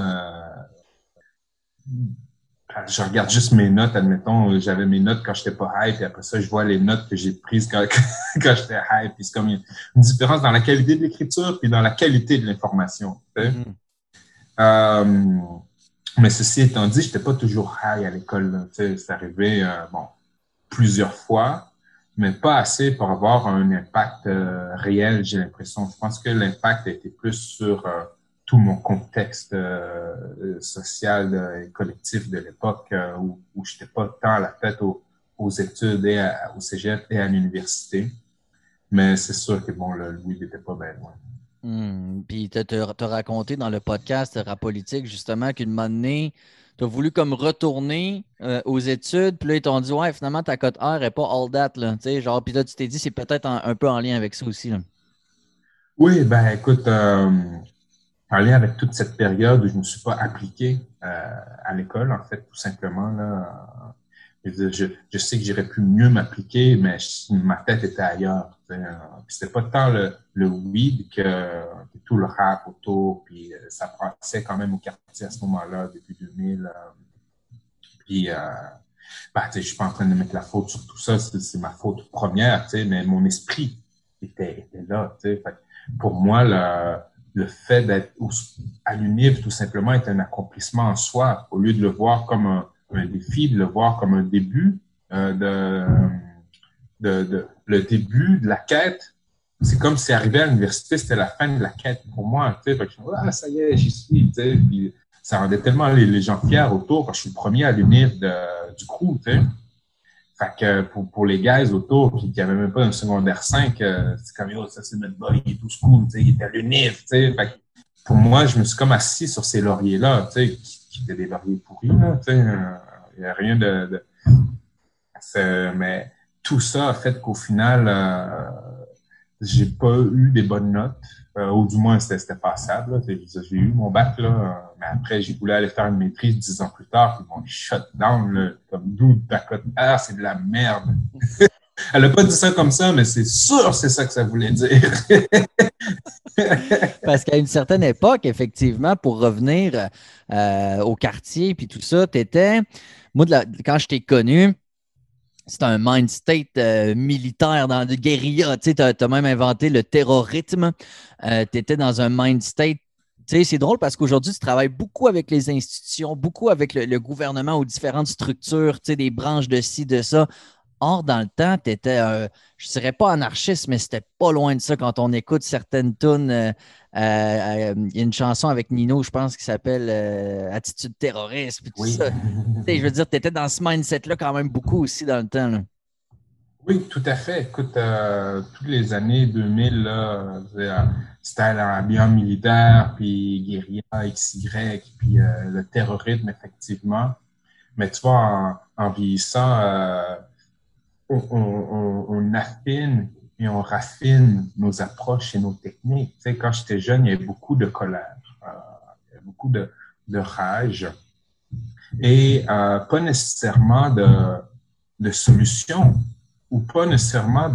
Je regarde juste mes notes, admettons, j'avais mes notes quand j'étais pas high, puis après ça, je vois les notes que j'ai prises quand j'étais high, puis c'est comme une différence dans la qualité de l'écriture, puis dans la qualité de l'information. Tu sais. Mhm. Euh, mais ceci étant dit, j'étais pas toujours high à l'école. Tu sais, c'est arrivé, bon, plusieurs fois. mais pas assez pour avoir un impact réel, j'ai l'impression. Je pense que l'impact a été plus sur tout mon contexte social et collectif de l'époque où je n'étais pas tant à la tête aux études et au cégep et à l'université. Mais c'est sûr que bon, le Louis n'était pas bien loin. Puis t'as raconté dans le podcast Rapolitique justement qu'une moment donné, tu as voulu comme retourner aux études, puis là, ils t'ont dit ouais, finalement, ta cote R n'est pas all that, là. Tu sais, genre, puis là, tu t'es dit c'est peut-être un peu en lien avec ça aussi, là. Oui, ben écoute, en lien avec toute cette période où je ne me suis pas appliqué à l'école, en fait, tout simplement, là, je sais que j'aurais pu mieux m'appliquer, mais ma tête était ailleurs. Puis c'était pas tant le weed que tout le rap autour, puis ça passait quand même au quartier à ce moment-là, début 2000. Puis, ben, je suis pas en train de mettre la faute sur tout ça, c'est ma faute première, mais mon esprit était là. Fait pour moi, le fait d'être à l'UNIV, tout simplement, est un accomplissement en soi, au lieu de le voir comme un défi, de le voir comme un début le début de la quête. C'est comme si arrivé à l'université, c'était la fin de la quête pour moi. Fait que je me dis, ah, ça y est, j'y suis. Puis ça rendait tellement les gens fiers autour quand je suis le premier à l'unir du crew. T'sais. Fait que pour les guys autour qui n'avaient même pas un secondaire 5, c'est comme, yo, ça c'est notre boy, il est tout cool, il est à l'UNIF. Fait que pour moi, je me suis comme assis sur ces lauriers-là, qui étaient des lauriers pourris. Il n'y a rien mais tout ça a fait qu'au final, j'ai pas eu des bonnes notes, ou du moins c'était passable. J'ai eu mon bac, là, mais après, j'ai voulu aller faire une maîtrise 10 ans plus tard, puis ils m'ont shut down, là, comme d'où ta cote R, c'est de la merde. Elle a pas dit ça comme ça, mais c'est sûr c'est ça que ça voulait dire. Parce qu'à une certaine époque, effectivement, pour revenir au quartier puis tout ça, moi, quand je t'ai connu, c'était un mind state militaire dans de guérilla. Tu sais, as même inventé le terrorisme. Tu étais dans un mind state. Tu sais, c'est drôle parce qu'aujourd'hui, tu travailles beaucoup avec les institutions, beaucoup avec le gouvernement ou différentes structures, tu sais, des branches de ci, de ça. Or, dans le temps, tu étais, je ne dirais pas anarchiste, mais c'était pas loin de ça quand on écoute certaines tunes. Il y a une chanson avec Nino, je pense, qui s'appelle Attitude terroriste, puis tout Oui. ça. Je veux dire, tu étais dans ce mindset-là quand même beaucoup aussi dans le temps, là. Oui, tout à fait. Écoute, toutes les années 2000, là, c'était l'ambiance militaire, puis guérilla, XY, puis le terrorisme, effectivement. Mais tu vois, en vieillissant, on affine et on raffine nos approches et nos techniques. Tu sais, quand j'étais jeune, il y avait beaucoup de colère, il y avait beaucoup de rage et pas nécessairement de solution ou pas nécessairement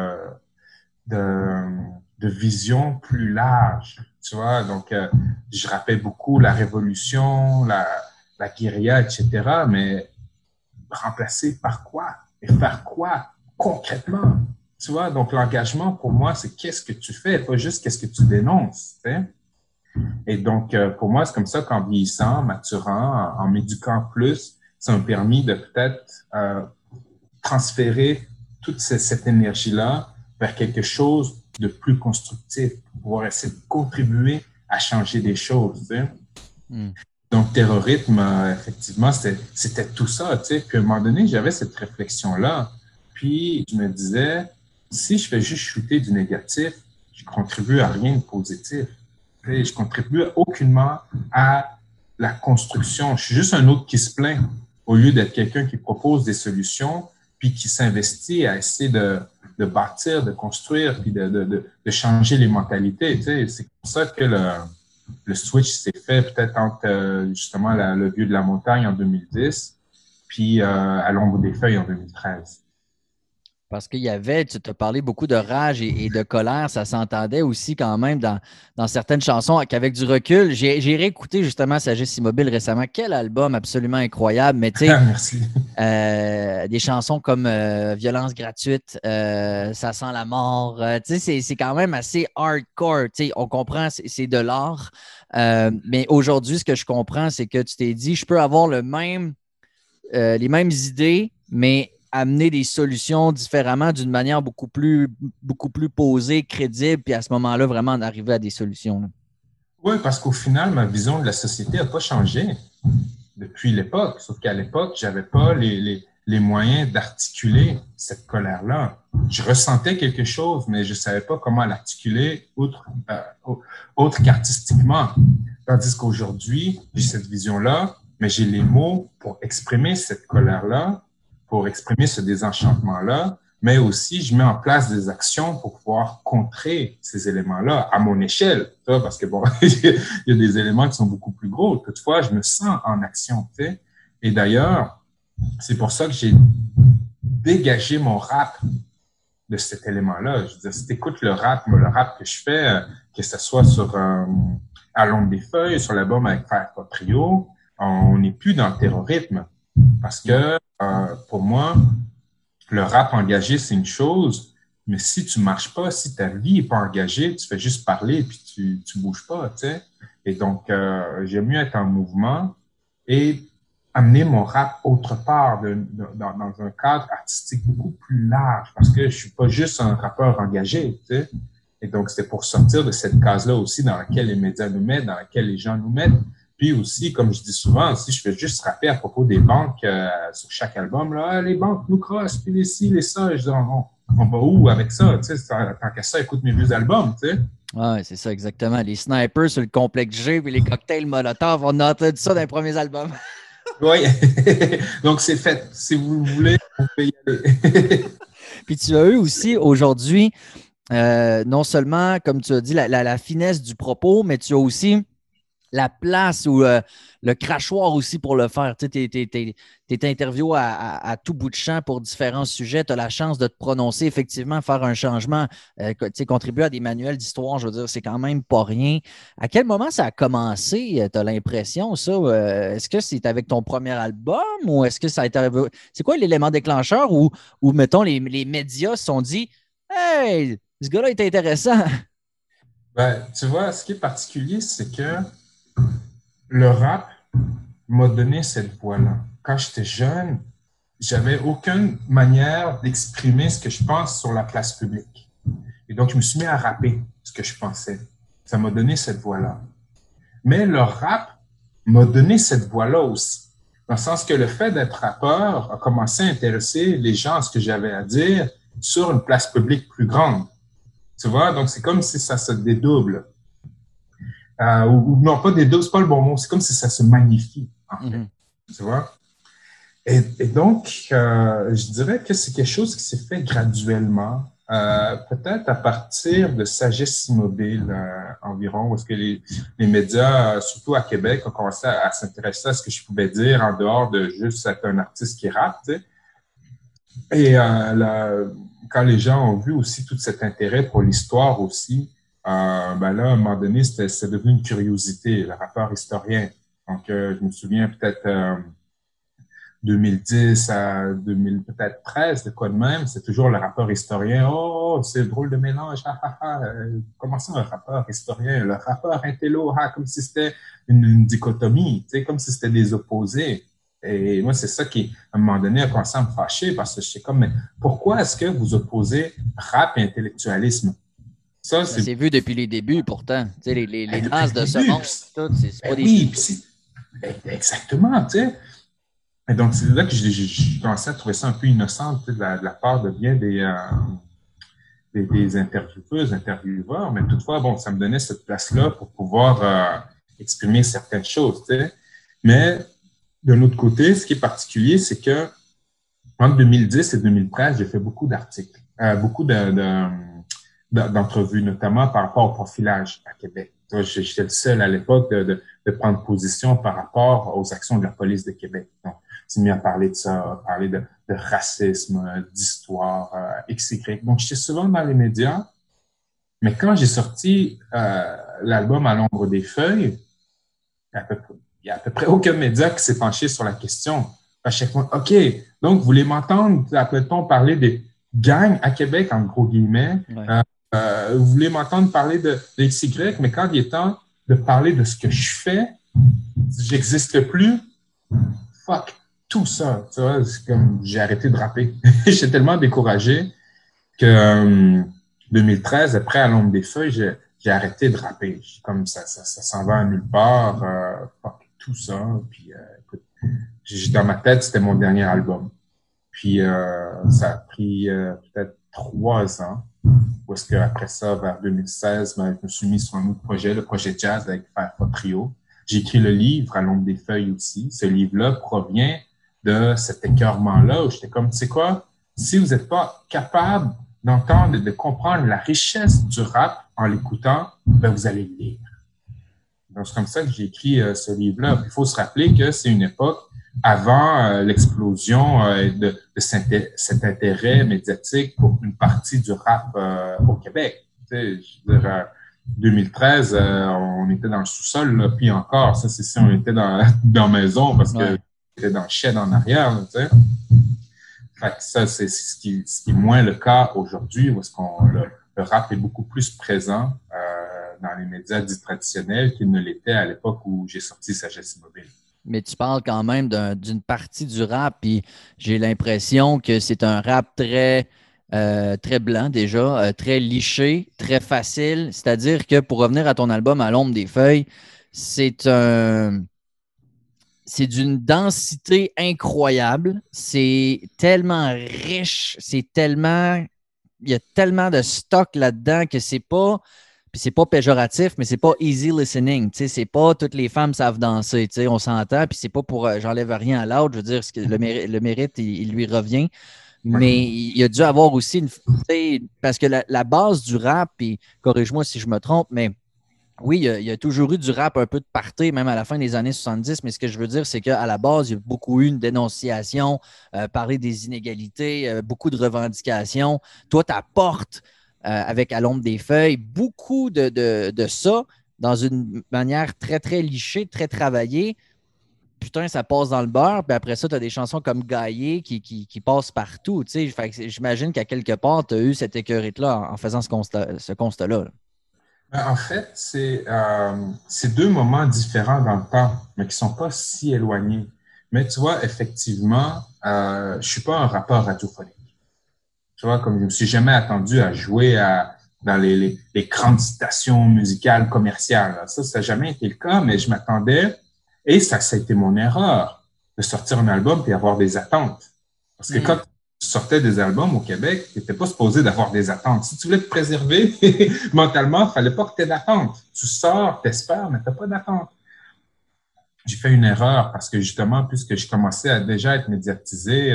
de, de vision plus large. Tu vois, donc je rappelle beaucoup la révolution, la guérilla, etc., mais remplacer par quoi? Et faire quoi concrètement? Tu vois, donc l'engagement pour moi, c'est qu'est-ce que tu fais, pas juste qu'est-ce que tu dénonces. Tu sais? Et donc, pour moi, c'est comme ça qu'en vieillissant, maturant, en m'éduquant plus, ça m'a permis de peut-être transférer toute cette énergie-là vers quelque chose de plus constructif, pour pouvoir essayer de contribuer à changer des choses. Tu sais? Donc, terrorisme, effectivement, c'était tout ça. Tu sais. Puis à un moment donné, j'avais cette réflexion-là. Puis je me disais, si je fais juste shooter du négatif, je contribue à rien de positif. Tu sais, je contribue aucunement à la construction. Je suis juste un autre qui se plaint au lieu d'être quelqu'un qui propose des solutions puis qui s'investit à essayer de bâtir, de construire, puis de changer les mentalités. Tu sais. C'est pour ça que le switch s'est fait peut-être entre justement le vieux de la montagne en 2010 puis à l'ombre des feuilles en 2013. Parce qu'il y avait, tu te parlais beaucoup de rage et de colère, ça s'entendait aussi quand même dans certaines chansons qu'avec du recul, j'ai réécouté justement Sagesse Immobile récemment. Quel album absolument incroyable, mais tu sais, Merci. des chansons comme Violence gratuite, Ça sent la mort, tu sais, c'est quand même assez hardcore, tu sais, on comprend, c'est de l'art, mais aujourd'hui, ce que je comprends, c'est que tu t'es dit, je peux avoir les mêmes idées, mais amener des solutions différemment, d'une manière beaucoup plus posée, crédible, puis à ce moment-là, vraiment en arriver à des solutions, là. Oui, parce qu'au final, ma vision de la société n'a pas changé depuis l'époque. Sauf qu'à l'époque, j'avais pas les moyens d'articuler cette colère-là. Je ressentais quelque chose, mais je savais pas comment l'articuler autre qu'artistiquement. Tandis qu'aujourd'hui, j'ai cette vision-là, mais j'ai les mots pour exprimer cette colère-là, pour exprimer ce désenchantement-là, mais aussi je mets en place des actions pour pouvoir contrer ces éléments-là à mon échelle, parce que bon, il y a des éléments qui sont beaucoup plus gros. Toutefois, je me sens en action, tu sais. Et d'ailleurs, c'est pour ça que j'ai dégagé mon rap de cet élément-là. Je veux dire, si tu écoutes le rap que je fais, que ce soit sur À l'ombre des feuilles, sur l'album avec Frère Trio, on n'est plus dans le terrorisme. Parce que pour moi, le rap engagé, c'est une chose, mais si tu marches pas, si ta vie est pas engagée, tu fais juste parler et puis tu bouges pas, tu sais. Et donc, j'aime mieux être en mouvement et amener mon rap autre part, dans un cadre artistique beaucoup plus large, parce que je suis pas juste un rappeur engagé, tu sais. Et donc, c'est pour sortir de cette case-là aussi dans laquelle les médias nous mettent, dans laquelle les gens nous mettent. Puis aussi, comme je dis souvent, si je fais juste rapper à propos des banques sur chaque album, là, les banques nous crossent, puis les ci, les ça, je dis, on va où avec ça? Tu sais, tant qu'à ça, écoute mes vieux albums, tu sais. Ouais, c'est ça, exactement. Les snipers sur le complexe G puis les cocktails Molotov, on a entendu ça dans les premiers albums. Oui. Donc, c'est fait. Si vous voulez, vous pouvez y aller. Puis tu as eu aussi aujourd'hui, non seulement, comme tu as dit, la finesse du propos, mais tu as aussi la place ou le crachoir aussi pour le faire. Tu sais, t'es interviewé à tout bout de champ pour différents sujets. Tu as la chance de te prononcer, effectivement, faire un changement, tu sais, contribuer à des manuels d'histoire, je veux dire, c'est quand même pas rien. À quel moment ça a commencé, tu as l'impression, ça? Est-ce que c'est avec ton premier album ou est-ce que ça a été... C'est quoi l'élément déclencheur où mettons, les médias se sont dit « Hey, ce gars-là est intéressant! » Ben, tu vois, ce qui est particulier, c'est que le rap m'a donné cette voix-là. Quand j'étais jeune, j'avais aucune manière d'exprimer ce que je pense sur la place publique. Et donc, je me suis mis à rapper ce que je pensais. Ça m'a donné cette voix-là. Mais le rap m'a donné cette voix-là aussi. Dans le sens que le fait d'être rappeur a commencé à intéresser les gens à ce que j'avais à dire sur une place publique plus grande. Tu vois? Donc, c'est comme si ça se dédouble. Ou non, pas dédouble, c'est pas le bon mot. C'est comme si ça se magnifie, en fait. Mm-hmm. Tu vois? Et donc, je dirais que c'est quelque chose qui s'est fait graduellement, peut-être à partir de Sagesse Immobile environ, où est-ce que les médias, surtout à Québec, ont commencé à s'intéresser à ce que je pouvais dire en dehors de juste être un artiste qui rappe, tu sais. Et quand les gens ont vu aussi tout cet intérêt pour l'histoire aussi, ben là, à un moment donné, c'est devenu une curiosité, le rappeur historien. Donc, je me souviens peut-être 2010 à 2000, peut-être 13, de quoi de même, c'est toujours le rappeur historien. Oh, c'est drôle de mélange. Comment ça, un rappeur historien? Le rappeur intello, comme si c'était une dichotomie, tu sais, comme si c'était des opposés. Et moi, c'est ça qui, à un moment donné, a commencé à me fâcher parce que je sais comme, mais pourquoi est-ce que vous opposez rap et intellectualisme? Ça, c'est vu depuis les débuts, pourtant. Tu sais, les masses de ce monde, tout, c'est pas des... Oui, exactement, tu sais. Et donc, c'est là que j'ai commencé à trouver ça un peu innocent de la part de bien des intervieweuses, intervieweurs, mais toutefois, bon, ça me donnait cette place-là pour pouvoir exprimer certaines choses, tu sais. Mais d'un autre côté, ce qui est particulier, c'est que entre 2010 et 2013, j'ai fait beaucoup d'articles, beaucoup d'entrevues, notamment par rapport au profilage à Québec. J'étais le seul à l'époque de prendre position par rapport aux actions de la police de Québec. Donc, j'ai mis à parler de ça, à parler de racisme, d'histoire, XY. Donc, j'étais souvent dans les médias, mais quand j'ai sorti l'album À l'ombre des feuilles, il y a à peu près aucun média qui s'est penché sur la question. À chaque fois, OK, donc vous voulez m'entendre, peut-on parler des gangs à Québec, en gros guillemets. Ouais. Vous voulez m'entendre parler de XY, mais quand il est temps de parler de ce que je fais, j'existe plus. Fuck. tout ça, tu vois, c'est comme j'ai arrêté de rapper. J'étais tellement découragé que 2013, après À l'ombre des feuilles, j'ai arrêté de rapper. Comme ça s'en va à nulle part, fuck tout ça. Puis écoute, dans ma tête, c'était mon dernier album. Puis ça a pris peut-être 3 ans. Où est-ce qu'après ça, vers 2016, ben, je me suis mis sur un autre projet, le projet Jazz avec Firefox Trio. J'ai écrit le livre À l'ombre des feuilles aussi. Ce livre-là provient de cet écœurement-là où j'étais comme, tu sais quoi, si vous n'êtes pas capable d'entendre et de comprendre la richesse du rap en l'écoutant, ben vous allez le lire. Donc, c'est comme ça que j'ai écrit ce livre-là. Il faut se rappeler que c'est une époque avant l'explosion cet intérêt médiatique pour une partie du rap au Québec. Tu sais, je veux dire, 2013, on était dans le sous-sol, là, puis encore, ça, c'est si on était dans la maison parce que c'était dans le shed en arrière, là, tu sais. Fait que ça, c'est ce qui est moins le cas aujourd'hui, où est-ce le rap est beaucoup plus présent dans les médias dits traditionnels qu'il ne l'était à l'époque où j'ai sorti Sagesse Immobile. Mais tu parles quand même d'une partie du rap, puis j'ai l'impression que c'est un rap très blanc déjà, très liché, très facile. C'est-à-dire que pour revenir à ton album À l'ombre des feuilles, c'est c'est d'une densité incroyable. C'est tellement riche, il y a tellement de stock là-dedans que c'est pas. Puis c'est pas péjoratif, mais c'est pas easy listening. C'est pas toutes les femmes savent danser. On s'entend, puis c'est pas pour. J'enlève rien à l'autre. Je veux dire, le mérite, il lui revient. Mais il a dû avoir aussi parce que la base du rap, puis corrige-moi si je me trompe, mais oui, il y a toujours eu du rap un peu de party, même à la fin des années 70, mais ce que je veux dire, c'est qu'à la base, il y a beaucoup eu une dénonciation, parler des inégalités, beaucoup de revendications. Toi, tu apportes avec À l'ombre des feuilles beaucoup de ça dans une manière très, très lichée, très travaillée. Putain, ça passe dans le beurre, puis après ça, tu as des chansons comme Gaillé qui passent partout. Fait que j'imagine qu'à quelque part, tu as eu cette écœurite-là en faisant ce constat-là. En fait, c'est deux moments différents dans le temps, mais qui sont pas si éloignés. Mais tu vois, effectivement, je suis pas un rappeur radiophonique. Tu vois, comme je me suis jamais attendu à jouer dans les grandes stations musicales commerciales. Là. Ça n'a jamais été le cas, mais je m'attendais, et ça a été mon erreur, de sortir un album et avoir des attentes. Parce que quand tu sortais des albums au Québec, tu n'étais pas supposé d'avoir des attentes. Si tu voulais te préserver mentalement, il fallait pas que tu aies d'attentes. Tu sors, t'espères, mais tu n'as pas d'attente. J'ai fait une erreur parce que justement, puisque je commençais à déjà être médiatisé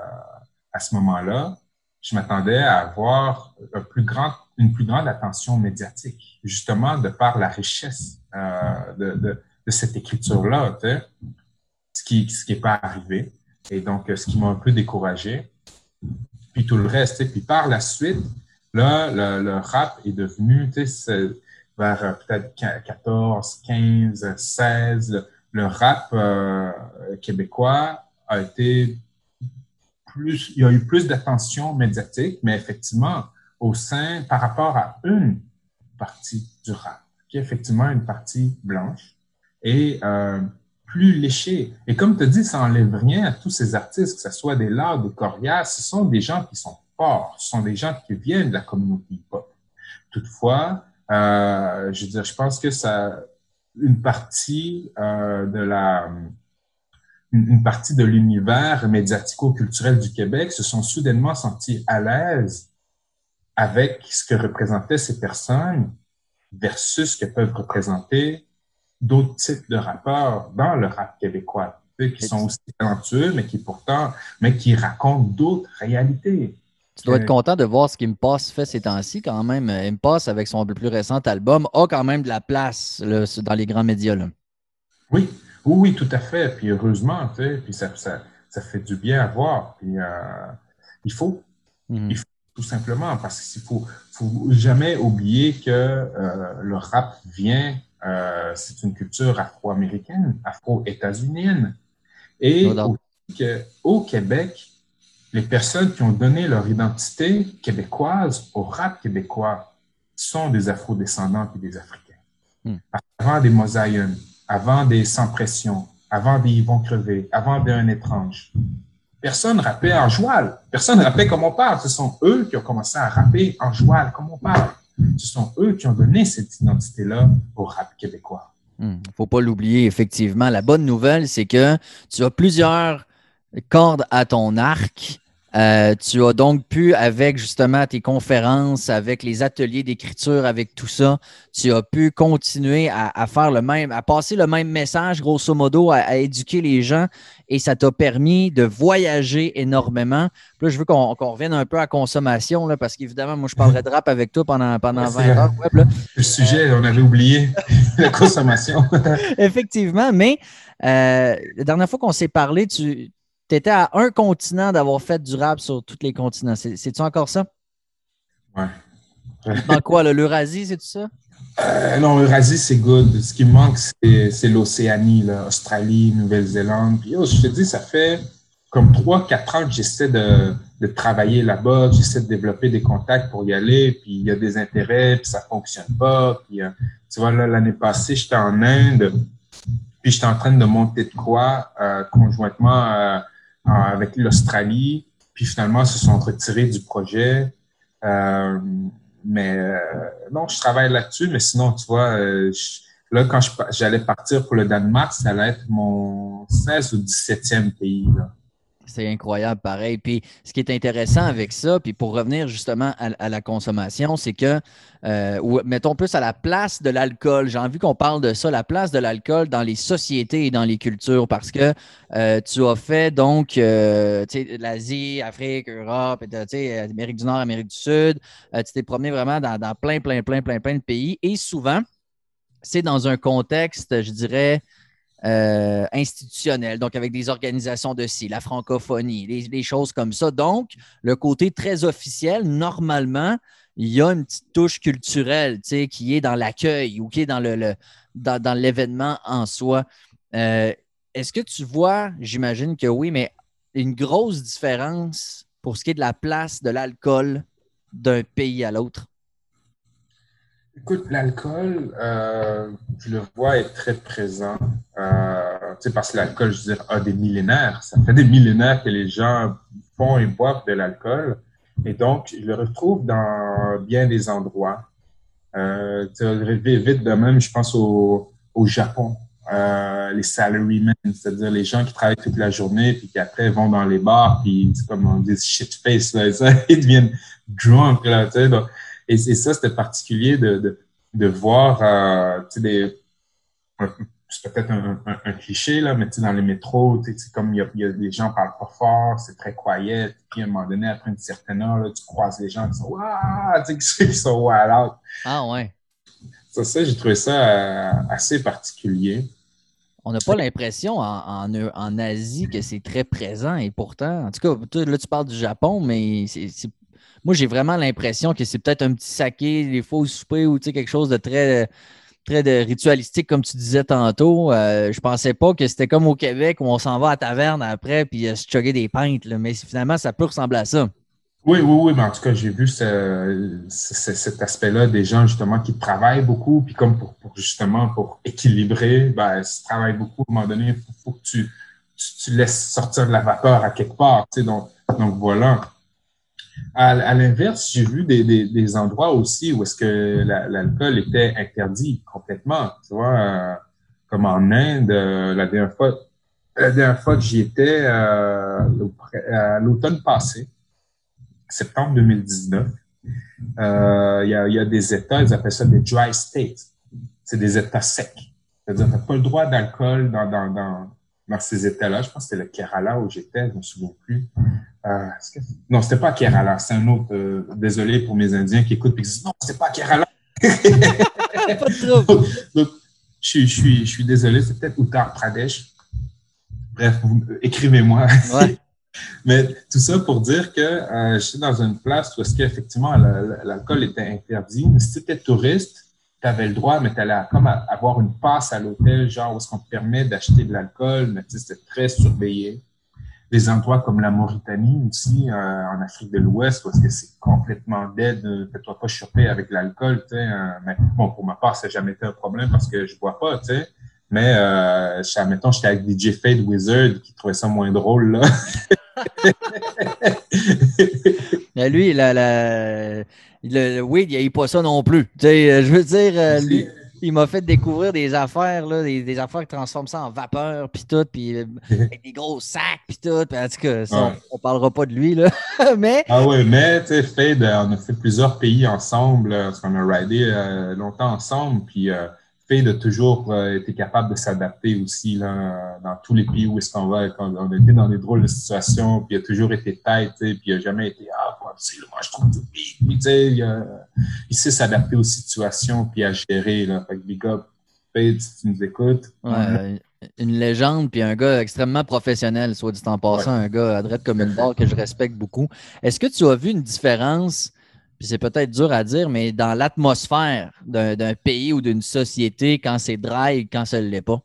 à ce moment-là, je m'attendais à avoir une plus grande attention médiatique, justement de par la richesse de cette écriture-là, tu sais, ce qui est pas arrivé. Et donc, ce qui m'a un peu découragé. Puis tout le reste, tu sais. Puis par la suite, là, le rap est devenu, tu sais, vers peut-être 14, 15, 16, le rap québécois a été il y a eu plus d'attention médiatique, mais effectivement, par rapport à une partie du rap, qui est effectivement une partie blanche et plus léchée. Et comme tu as dit, ça n'enlève rien à tous ces artistes, que ce soit des Ladd, des Corias, ce sont des gens qui sont forts, ce sont des gens qui viennent de la communauté hip-hop. Toutefois, je veux dire, je pense que une partie une partie de l'univers médiatico-culturel du Québec se sont soudainement sentis à l'aise avec ce que représentaient ces personnes versus ce que peuvent représenter d'autres types de rappeurs dans le rap québécois, qui sont aussi talentueux, mais qui racontent d'autres réalités. Tu dois être content de voir ce qu'Impasse fait ces temps-ci quand même. Impasse, avec son plus récent album, a quand même de la place là, dans les grands médias. Là. Oui, oui, tout à fait. Puis heureusement, tu sais, puis ça fait du bien à voir. Puis il faut, il faut tout simplement, parce qu'il faut jamais oublier que le rap c'est une culture afro-américaine, afro-états-unienne. Et au Québec, les personnes qui ont donné leur identité québécoise au rap québécois sont des afro-descendants et des Africains. Avant des Mosaïens, avant des Sans Pression, avant des Ils vont crever, avant d'un étrange. Personne rappait en joual. Personne rappait comme on parle. Ce sont eux qui ont commencé à rapper en joual comme on parle. Ce sont eux qui ont donné cette identité-là au rap québécois. Faut pas l'oublier, effectivement. La bonne nouvelle, c'est que tu as plusieurs cordes à ton arc. Tu as donc pu, avec justement tes conférences, avec les ateliers d'écriture, avec tout ça, tu as pu continuer à faire le même, à passer le même message, grosso modo, à éduquer les gens et ça t'a permis de voyager énormément. Puis là, je veux qu'on revienne un peu à consommation, là, parce qu'évidemment, moi, je parlerai de rap avec toi pendant Ouais, 20 heures web, là. le sujet, on avait oublié la consommation. Effectivement, mais la dernière fois qu'on s'est parlé, tu étais à un continent d'avoir fait du rap sur tous les continents. C'est-tu encore ça? Ouais. Il te manque quoi, l'Eurasie, c'est tout ça? Non, Eurasie, c'est good. Ce qui me manque, c'est l'Océanie, là, Australie, Nouvelle-Zélande. Puis, je te dis, ça fait comme 3, 4 ans que j'essaie de travailler là-bas. J'essaie de développer des contacts pour y aller. Puis, il y a des intérêts, puis ça fonctionne pas. Puis, tu vois, là, l'année passée, j'étais en Inde. Puis, j'étais en train de monter de quoi conjointement avec l'Australie. Puis, finalement, ils se sont retirés du projet. Euh, mais non, je travaille là-dessus, mais sinon, tu vois, là, quand j'allais partir pour le Danemark, ça allait être mon 16 ou 17e pays. Là. C'est incroyable, pareil. Puis ce qui est intéressant avec ça, puis pour revenir justement à la consommation, c'est que, ou mettons plus à la place de l'alcool, j'ai envie qu'on parle de ça, la place de l'alcool dans les sociétés et dans les cultures, parce que tu as fait donc l'Asie, Afrique, Europe, Amérique du Nord, Amérique du Sud, tu t'es promené vraiment dans plein de pays, et souvent, c'est dans un contexte, je dirais, institutionnel, donc avec des organisations de ci, la francophonie, les choses comme ça. Donc, le côté très officiel, normalement, il y a une petite touche culturelle qui est dans l'accueil ou qui est dans l'événement en soi. Euh, Est-ce que tu vois, j'imagine que oui, mais une grosse différence pour ce qui est de la place de l'alcool d'un pays à l'autre? Écoute, l'alcool, je le vois est très présent. Parce que l'alcool, je veux dire, a des millénaires. Ça fait des millénaires que les gens font et boivent de l'alcool. Et donc, je le retrouve dans bien des endroits. Vite de même, je pense au Japon, les salarymen, c'est-à-dire les gens qui travaillent toute la journée puis qui après vont dans les bars puis c'est comme on dit shit face là, ça, ils deviennent drunk là, tu sais. Et ça c'était particulier de voir, c'est peut-être un cliché là, mais tu sais dans les métros, tu sais, c'est comme les gens parlent pas fort, c'est très quiet. Puis à un moment donné, après une certaine heure, là, tu croises les gens qui sont waouh, tu sais, qui sont wild out. Ah ouais. Ça, j'ai trouvé ça assez particulier. On n'a pas l'impression en Asie que c'est très présent et pourtant, en tout cas, toi, là, tu parles du Japon, mais moi, j'ai vraiment l'impression que c'est peut-être un petit saké, des fois au souper ou quelque chose de très de ritualistique, comme tu disais tantôt. Je pensais pas que c'était comme au Québec où on s'en va à la taverne après puis se chugger des pintes, là, mais finalement, ça peut ressembler à ça. Oui, mais en tout cas, j'ai vu cet aspect-là des gens justement qui travaillent beaucoup, puis comme justement pour équilibrer, ben, si tu travailles beaucoup, à un moment donné, il faut que tu laisses sortir de la vapeur à quelque part. Tu sais, donc voilà. À l'inverse, j'ai vu des endroits aussi où est-ce que l'alcool était interdit complètement. Tu vois, comme en Inde, la dernière fois que j'y étais, à l'automne passé, septembre 2019, il y a des États, ils appellent ça des dry states. C'est des États secs. C'est-à-dire, tu n'as pas le droit d'alcool dans ces États-là. Je pense que c'était le Kerala où j'étais, je ne me souviens plus. Non, c'était pas Kerala, c'est un autre. Désolé pour mes Indiens qui écoutent et qui disent non, c'est pas Kerala. Pas de trouble. donc, je suis désolé, c'est peut-être Uttar Pradesh. Bref, écrivez-moi. Ouais. Mais tout ça pour dire que je suis dans une place où est-ce qu'effectivement l'alcool était interdit. Mais si tu étais touriste, tu avais le droit, mais tu allais comme avoir une passe à l'hôtel, genre où est-ce qu'on te permet d'acheter de l'alcool, mais tu sais, c'était très surveillé. Des endroits comme la Mauritanie aussi, en Afrique de l'Ouest, où est-ce que c'est complètement dead, fais-toi pas choper avec l'alcool, tu sais. Mais bon, pour ma part, ça n'a jamais été un problème parce que je bois pas, tu sais. Mais, admettons, j'étais avec DJ Fade Wizard qui trouvait ça moins drôle, là. Mais lui, le weed, il n'a pas ça non plus. Tu sais, je veux dire, lui, il m'a fait découvrir des affaires, là, des affaires qui transforment ça en vapeur, puis tout, puis avec des gros sacs, puis tout. Puis en tout cas, ça, Ouais. on parlera pas de lui, là. Mais, Ah ouais, mais tu sais, Fade, on a fait plusieurs pays ensemble, parce qu'on a ridé longtemps ensemble, puis Fade a toujours été capable de s'adapter aussi là, dans tous les pays où est-ce qu'on va, quand on a été dans des drôles de situations, puis il a toujours été tête, tu sais, puis il a jamais été moi je trouve du beat, puis tu sais, il sait s'adapter aux situations puis à gérer là. Fait que big up Fade si tu nous écoutes. ouais, une légende, puis un gars extrêmement professionnel, soit dit en Ouais, passant, un gars adrette comme tout à une barre fait. que je respecte beaucoup. Est-ce que tu as vu une différence, puis c'est peut-être dur à dire, mais dans l'atmosphère d'un pays ou d'une société quand c'est dry et quand ça ne l'est pas?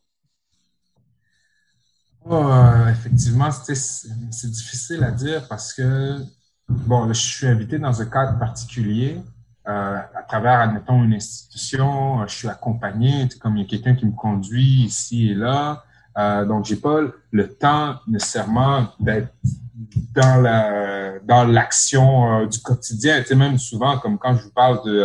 Effectivement, c'est difficile à dire parce que, bon, là, je suis invité dans un cadre particulier, à travers, admettons, une institution, je suis accompagné, comme il y a quelqu'un qui me conduit ici et là. Donc, j'ai pas le temps nécessairement d'être dans l'action du quotidien. Tu sais, même souvent, comme quand je vous parle de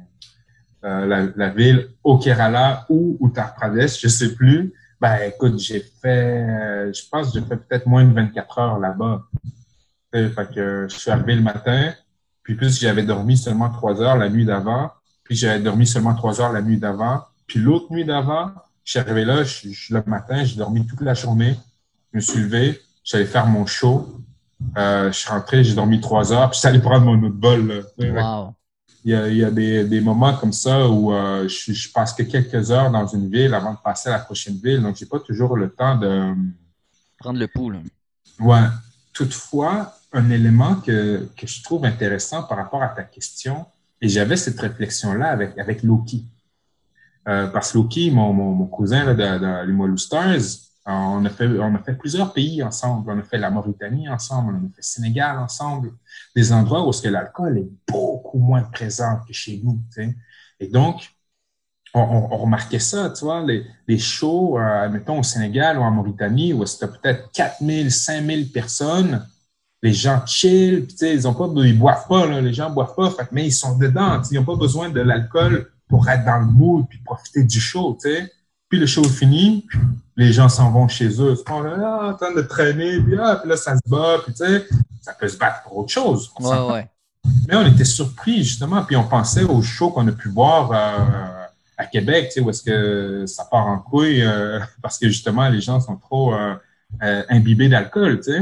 la ville au Kerala ou Uttar Pradesh, je sais plus. Ben, écoute, je pense que j'ai fait peut-être moins de 24 heures là-bas. Fait que je suis arrivé le matin, puis plus j'avais dormi seulement 3 heures la nuit d'avant, puis j'avais dormi seulement 3 heures la nuit d'avant, puis l'autre nuit d'avant, je suis arrivé là, le matin, j'ai dormi toute la journée, je me suis levé, j'allais faire mon show, je suis rentré, j'ai dormi 3 heures, puis j'allais prendre mon autre vol. Là. Wow. Il y a des moments comme ça où je passe que quelques heures dans une ville avant de passer à la prochaine ville. Donc, j'ai pas toujours le temps de. Prendre le pouls, là. Ouais. Toutefois, un élément que je trouve intéressant par rapport à ta question, et j'avais cette réflexion-là avec Loki. Parce que Loki, mon cousin là, de Limoilou Stars, on a fait plusieurs pays ensemble. On a fait la Mauritanie ensemble, on a fait le Sénégal ensemble, des endroits où est-ce que l'alcool est beaucoup moins présent que chez nous. Tu sais. Et donc, on remarquait ça, tu vois, les shows, mettons au Sénégal ou en Mauritanie, où c'était peut-être 4000, 5000 personnes, les gens chill, puis, tu sais, ils boivent pas, là, les gens boivent pas, mais ils sont dedans, ils n'ont pas besoin de l'alcool pour être dans le mood puis profiter du show, tu sais. Puis le show est fini, les gens s'en vont chez eux, ils sont là, en train de traîner, puis là, ça se bat, puis tu sais, ça peut se battre pour autre chose, on Ouais, s'entend. ouais. Mais on était surpris, justement, puis on pensait aux shows qu'on a pu voir à Québec, tu sais, où est-ce que ça part en couille, parce que justement, les gens sont trop imbibés d'alcool, tu sais.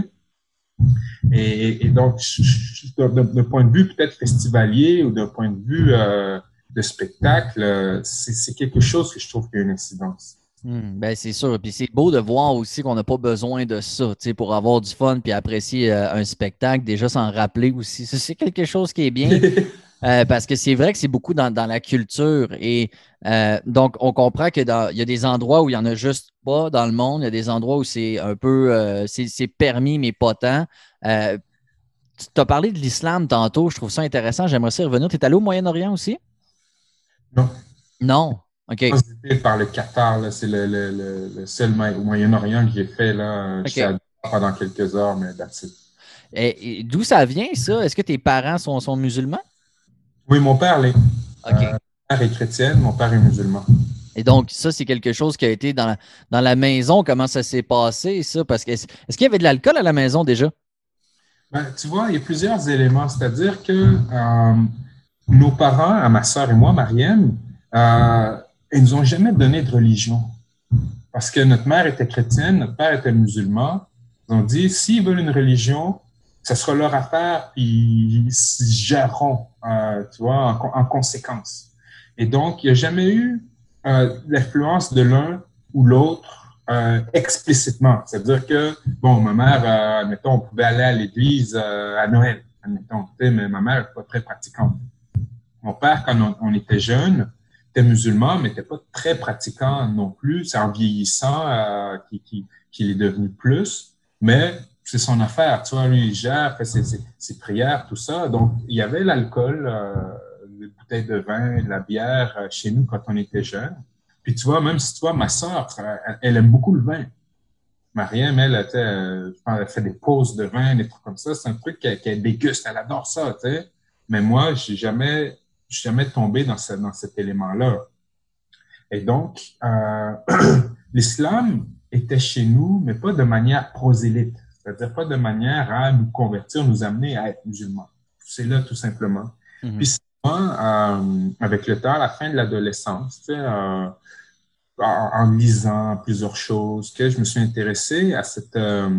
Et donc, d'un point de vue peut-être festivalier ou d'un point de vue de spectacle, c'est quelque chose que je trouve qu'il y a une incidence. Ben c'est sûr. Puis c'est beau de voir aussi qu'on n'a pas besoin de ça, tu sais, pour avoir du fun puis apprécier un spectacle, déjà s'en rappeler aussi. Ça, c'est quelque chose qui est bien parce que c'est vrai que c'est beaucoup dans la culture. Et donc, on comprend que il y a des endroits où il n'y en a juste pas dans le monde. Il y a des endroits où c'est un peu c'est permis, mais pas tant. Euh, Tu as parlé de l'islam tantôt. Je trouve ça intéressant. J'aimerais ça y revenir. Tu es allé au Moyen-Orient aussi? Non, Non. OK. transité par le Qatar, là, c'est le seul Moyen-Orient que j'ai fait. Là. J'étais à OK. Doha pendant quelques heures, mais that's it. Et d'où ça vient, ça? Est-ce que tes parents sont musulmans? Oui, mon père l'est. OK. Ma mère est chrétienne, mon père est musulman. Et donc, ça, c'est quelque chose qui a été dans la maison. Comment ça s'est passé, ça? Parce que est-ce qu'il y avait de l'alcool à la maison déjà? Ben, tu vois, il y a plusieurs éléments. C'est-à-dire que nos parents, à ma sœur et moi, Marianne, ils nous ont jamais donné de religion. Parce que notre mère était chrétienne, notre père était musulman. Ils ont dit, s'ils veulent une religion, ce sera leur affaire, puis ils géreront, tu vois, en conséquence. Et donc, il n'y a jamais eu l'influence de l'un ou l'autre explicitement. C'est-à-dire que, bon, ma mère, admettons, on pouvait aller à l'église à Noël, admettons, mais ma mère n'est pas très pratiquante. Mon père, quand on était jeune, était musulman, mais n'était pas très pratiquant non plus. C'est en vieillissant qu'il est devenu plus. Mais c'est son affaire. Tu vois, lui, il gère, fait ses prières, tout ça. Donc, il y avait l'alcool, des bouteilles de vin, de la bière chez nous quand on était jeune. Puis tu vois, même si tu vois, ma sœur, elle aime beaucoup le vin. Mariam, elle, je pense, elle fait des pauses de vin, des trucs comme ça. C'est un truc qu'elle déguste, elle adore ça, tu sais. Mais moi, je suis jamais tombé dans cet élément-là. Et donc, l'islam était chez nous, mais pas de manière prosélyte, c'est-à-dire pas de manière à nous convertir, nous amener à être musulmans. C'est là tout simplement. Puis c'est moi, avec le temps, à la fin de l'adolescence, tu sais, en lisant plusieurs choses, que je me suis intéressé à cette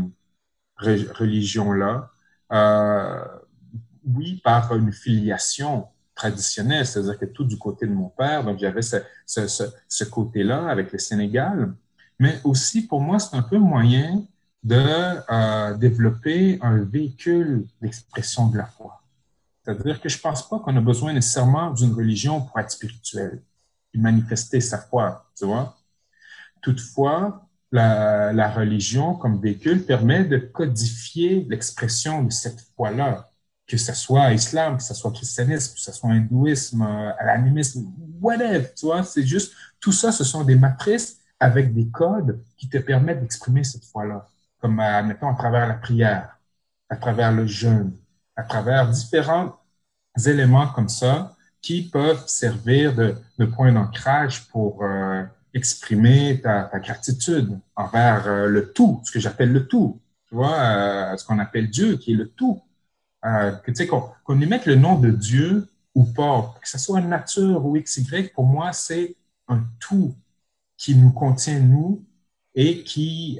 religion-là. Euh, oui, par une filiation traditionnelle, c'est-à-dire que tout du côté de mon père, donc j'avais ce côté-là avec le Sénégal, mais aussi pour moi, c'est un peu moyen de développer un véhicule d'expression de la foi. C'est-à-dire que je pense pas qu'on a besoin nécessairement d'une religion pour être spirituel et manifester sa foi, tu vois. Toutefois, la religion comme véhicule permet de codifier l'expression de cette foi-là, que ce soit islam, que ce soit christianisme, que ce soit hindouisme, animisme, whatever, tu vois, c'est juste, tout ça, ce sont des matrices avec des codes qui te permettent d'exprimer cette foi-là, comme, mettons, à travers la prière, à travers le jeûne, à travers différents éléments comme ça qui peuvent servir de point d'ancrage pour exprimer ta gratitude envers le tout, ce que j'appelle le tout, tu vois, ce qu'on appelle Dieu, qui est le tout. Que, tu sais, qu'on y mette le nom de Dieu ou pas, que ce soit nature ou XY, pour moi, c'est un tout qui nous contient, nous, et qui,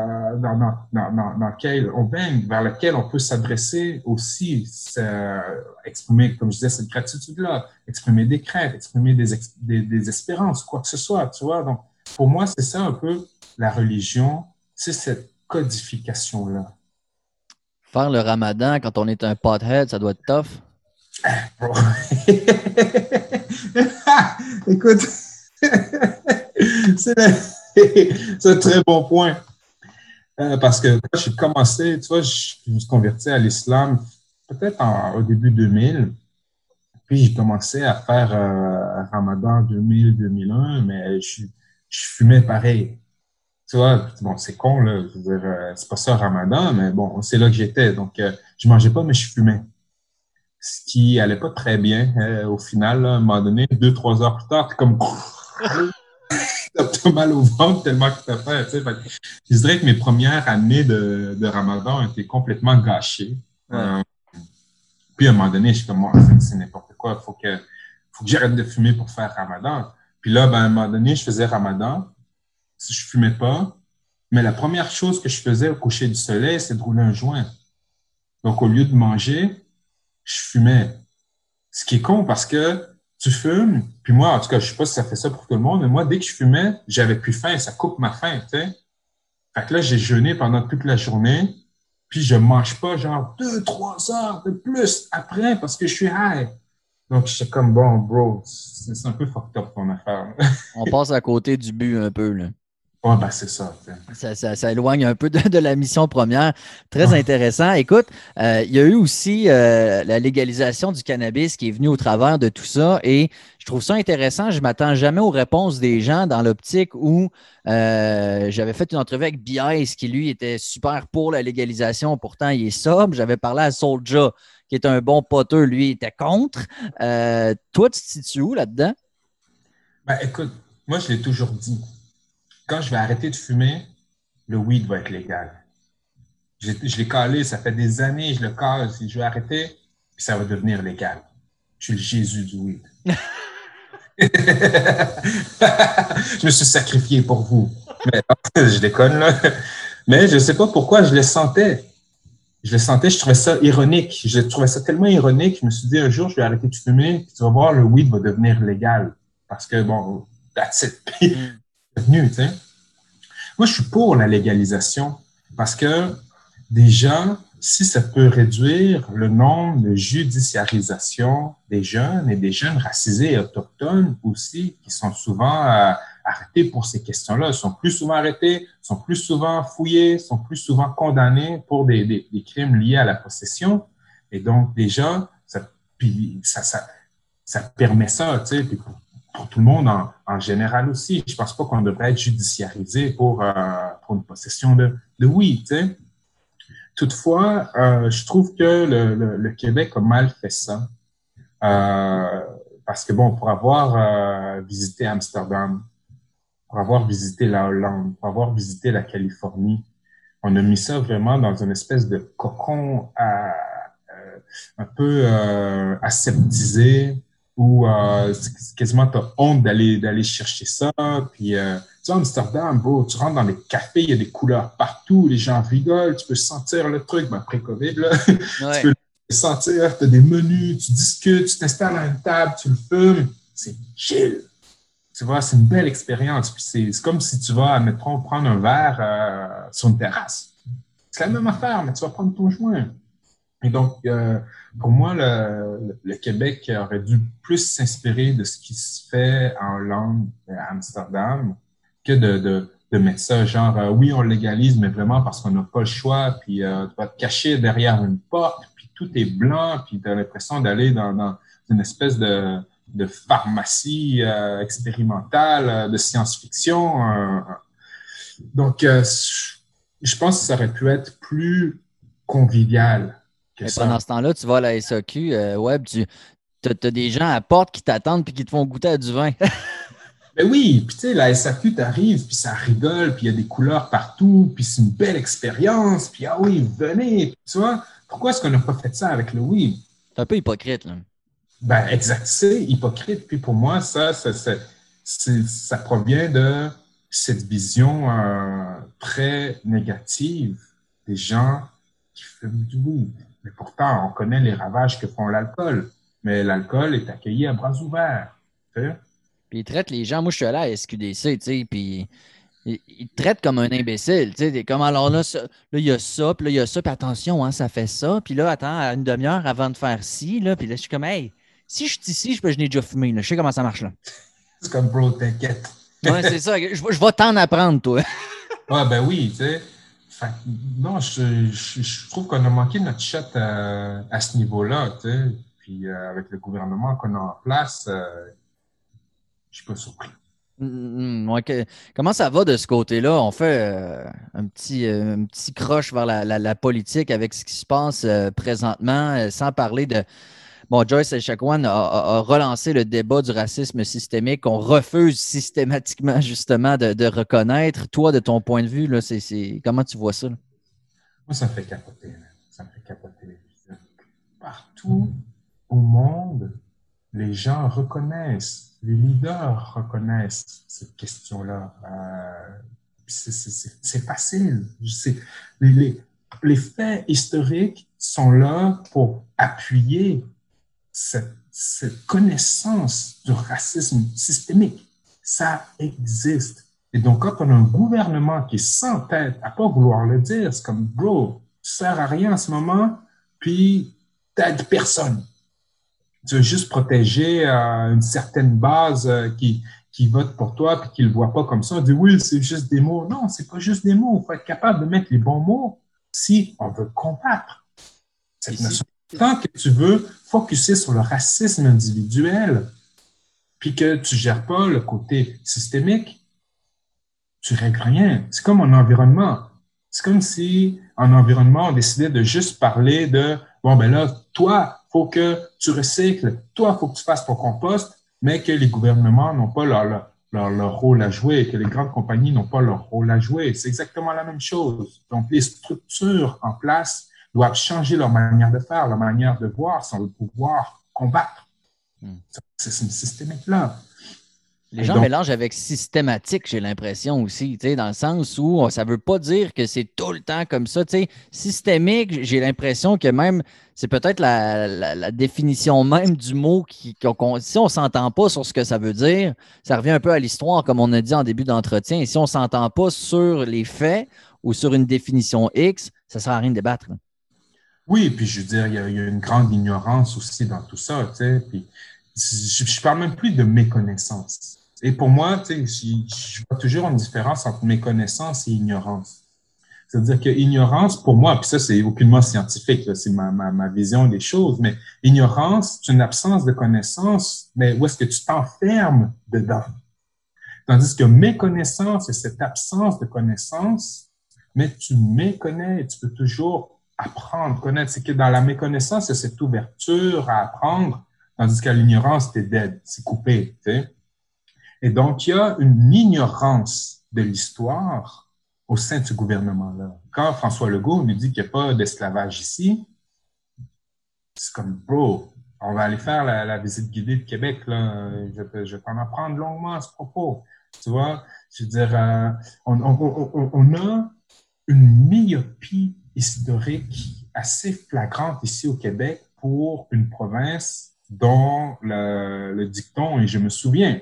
dans lequel on baigne, vers lequel on peut s'adresser aussi, exprimer, comme je disais, cette gratitude-là, exprimer des craintes, exprimer des espérances, quoi que ce soit, tu vois. Donc, pour moi, c'est ça un peu la religion, c'est cette codification-là. Faire le ramadan quand on est un pothead, ça doit être tough. Écoute, c'est un très bon point. Parce que quand j'ai commencé, tu vois, je me suis converti à l'islam peut-être au début 2000. Puis j'ai commencé à faire Ramadan 2000-2001, mais je fumais pareil. Tu vois, bon, c'est con, là. Je veux dire, c'est pas ça Ramadan, mais bon, c'est là que j'étais. Donc, je mangeais pas, mais je fumais. Ce qui allait pas très bien. Au final, là, à un moment donné, 2-3 heures plus tard, t'es comme t'as mal au ventre tellement que t'as fait. Tu sais. Fait que je dirais que mes premières années de Ramadan ont été complètement gâchées. Ouais. Puis à un moment donné, je suis comme, moi, c'est n'importe quoi. Faut que j'arrête de fumer pour faire Ramadan. Puis là, ben, à un moment donné, je faisais Ramadan. Si je fumais pas. Mais la première chose que je faisais au coucher du soleil, c'est de rouler un joint. Donc, au lieu de manger, je fumais. Ce qui est con parce que tu fumes, puis moi, en tout cas, je sais pas si ça fait ça pour tout le monde, mais moi, dès que je fumais, j'avais plus faim, ça coupe ma faim, tu sais. Fait que là, j'ai jeûné pendant toute la journée, puis je mange pas genre 2-3 heures de plus après parce que je suis high. Donc, j'étais comme, bon, bro, c'est un peu fucked up ton affaire. On passe à côté du but un peu, là. Ouais, ben, c'est ça, tu sais. Ça éloigne un peu de la mission première. Très Ouais. intéressant. Écoute, il y a eu aussi la légalisation du cannabis qui est venue au travers de tout ça et je trouve ça intéressant. Je m'attends jamais aux réponses des gens dans l'optique où j'avais fait une entrevue avec B.I.S. qui, lui, était super pour la légalisation. Pourtant, il est sobre. J'avais parlé à Soulja, qui est un bon poteux. Lui, il était contre. Toi, tu te situes où là-dedans? Ben, écoute, moi, je l'ai toujours dit. Quand je vais arrêter de fumer, le weed va être légal. Je l'ai calé, ça fait des années, je le cale. Si je vais arrêter, puis ça va devenir légal. Je suis le Jésus du weed. Je me suis sacrifié pour vous. Mais je déconne, là. Mais je ne sais pas pourquoi je le sentais. Je le sentais, je trouvais ça ironique. Je trouvais ça tellement ironique. Je me suis dit, un jour, je vais arrêter de fumer, puis tu vas voir, le weed va devenir légal. Parce que, bon, that's it. Puis, Mm. c'est venu, tu sais. Moi, je suis pour la légalisation parce que déjà, si ça peut réduire le nombre de judiciarisation des jeunes et des jeunes racisés et autochtones aussi, qui sont souvent arrêtés pour ces questions-là, sont plus souvent arrêtés, sont plus souvent fouillés, sont plus souvent condamnés pour des crimes liés à la possession. Et donc, déjà, ça permet ça, tu sais, puis pour tout le monde en général aussi. Je pense pas qu'on devrait être judiciarisé pour une possession de weed, tu sais. Toutefois, je trouve que le Québec a mal fait ça. Parce que bon, pour avoir visité Amsterdam, pour avoir visité la Hollande, pour avoir visité la Californie, on a mis ça vraiment dans une espèce de cocon un peu aseptisé où quasiment t'as honte d'aller chercher ça. Puis tu vois, Amsterdam, bro, tu rentres dans les cafés, il y a des couleurs partout, les gens rigolent, tu peux sentir le truc, ben, après COVID, là, tu Ouais. peux le sentir, tu as des menus, tu discutes, tu t'installes à une table, tu le fumes, c'est chill. Tu vois, c'est une belle expérience. Puis c'est comme si tu vas, admettons, prendre un verre sur une terrasse. C'est la même affaire, mais tu vas prendre ton joint. Et donc, pour moi, le Québec aurait dû plus s'inspirer de ce qui se fait en Hollande et à Amsterdam que de mettre ça genre, oui, on légalise, mais vraiment parce qu'on n'a pas le choix, puis tu vas te cacher derrière une porte, puis tout est blanc, puis tu as l'impression d'aller dans une espèce de pharmacie expérimentale, de science-fiction. Donc, je pense que ça aurait pu être plus convivial que Mais pendant ça. ce temps-là, tu vas à la SAQ, web, tu as des gens à la porte qui t'attendent puis qui te font goûter à du vin. Ben oui, puis tu sais, la SAQ t'arrive, puis ça rigole, puis il y a des couleurs partout, puis c'est une belle expérience, puis ah oui, venez, puis tu vois, pourquoi est-ce qu'on n'a pas fait ça avec le oui? C'est un peu hypocrite, là. Ben exact, c'est hypocrite, puis pour moi, ça provient de cette vision très négative des gens qui fument du weed. Mais pourtant, on connaît les ravages que font l'alcool, mais l'alcool est accueilli à bras ouverts. Tu sais? Puis ils traitent les gens. Moi, je suis allé à SQDC, tu sais, puis ils te traitent comme un imbécile. Tu sais, t'es comme alors là, là, il y a ça, puis là, il y a ça, puis attention, hein, ça fait ça. Puis là, attends, à une demi-heure avant de faire ci, là, puis là, je suis comme, hey, si je suis ici, je n'ai déjà fumé, là. Je sais comment ça marche, là. C'est comme, bro, t'inquiète. Ouais, c'est ça. Je vais t'en apprendre, toi. Ah, ben oui, tu sais. Fait que, non, je trouve qu'on a manqué notre shot à ce niveau-là, tu sais. Puis avec le gouvernement qu'on a en place, je suis pas surpris. Ouais, comment ça va de ce côté-là? On fait un petit croche vers la politique avec ce qui se passe présentement, sans parler de. Bon, Joyce Echaquan a relancé le débat du racisme systémique qu'on refuse systématiquement, justement, de reconnaître. Toi, de ton point de vue, là, comment tu vois ça, là? Moi, ça me fait capoter, man. Ça me fait capoter. Partout au monde, les gens reconnaissent, les leaders reconnaissent cette question-là. C'est facile. Les, les, les faits historiques sont là pour appuyer cette connaissance du racisme systémique. Ça existe. Et donc, quand on a un gouvernement qui s'entête à pas vouloir le dire, c'est comme, bro, tu sers à rien en ce moment, puis t'aides personne. Tu veux juste protéger une certaine base qui vote pour toi puis qui le voit pas comme ça. On dit oui, c'est juste des mots. Non, c'est pas juste des mots. Il faut être capable de mettre les bons mots si on veut combattre cette Ici. notion. Tant que tu veux focuser sur le racisme individuel, puis que tu gères pas le côté systémique, tu règles rien. C'est comme en environnement. C'est comme si en environnement, on décidait de juste parler de bon, ben là, toi, faut que tu recycles, toi, faut que tu fasses ton compost, mais que les gouvernements n'ont pas leur rôle à jouer, que les grandes compagnies n'ont pas leur rôle à jouer. C'est exactement la même chose. Donc, les structures en place doivent changer leur manière de faire, leur manière de voir, sans pouvoir combattre. C'est systémique-là. Les Et gens donc, mélangent avec systématique, j'ai l'impression aussi, tu sais, dans le sens où ça ne veut pas dire que c'est tout le temps comme ça. Tu sais, systémique, j'ai l'impression que même, c'est peut-être la définition même du mot si on ne s'entend pas sur ce que ça veut dire, ça revient un peu à l'histoire, comme on a dit en début d'entretien. Et si on ne s'entend pas sur les faits ou sur une définition X, ça ne sert à rien de débattre, là. oui, puis je veux dire, il y a une grande ignorance aussi dans tout ça, tu sais. Puis je parle même plus de méconnaissance. Et pour moi, tu sais, je vois toujours une différence entre méconnaissance et ignorance. C'est-à-dire que ignorance, pour moi, puis ça, c'est aucunement scientifique, là, c'est ma vision des choses, mais ignorance, c'est une absence de connaissance, mais où est-ce que tu t'enfermes dedans? Tandis que méconnaissance, c'est cette absence de connaissance, mais tu méconnais, tu peux toujours apprendre, connaître. C'est que dans la méconnaissance, c'est cette ouverture à apprendre, tandis qu'à l'ignorance, t'es dead, c'est coupé, tu sais. Et donc, il y a une ignorance de l'histoire au sein de ce gouvernement-là. Quand François Legault nous dit qu'il n'y a pas d'esclavage ici, c'est comme, bro, on va aller faire la visite guidée de Québec, là. Je vais t'en apprendre longuement à ce propos. Tu vois, je veux dire, on a une myopie historique assez flagrante ici au Québec pour une province dont le dicton, et je me souviens.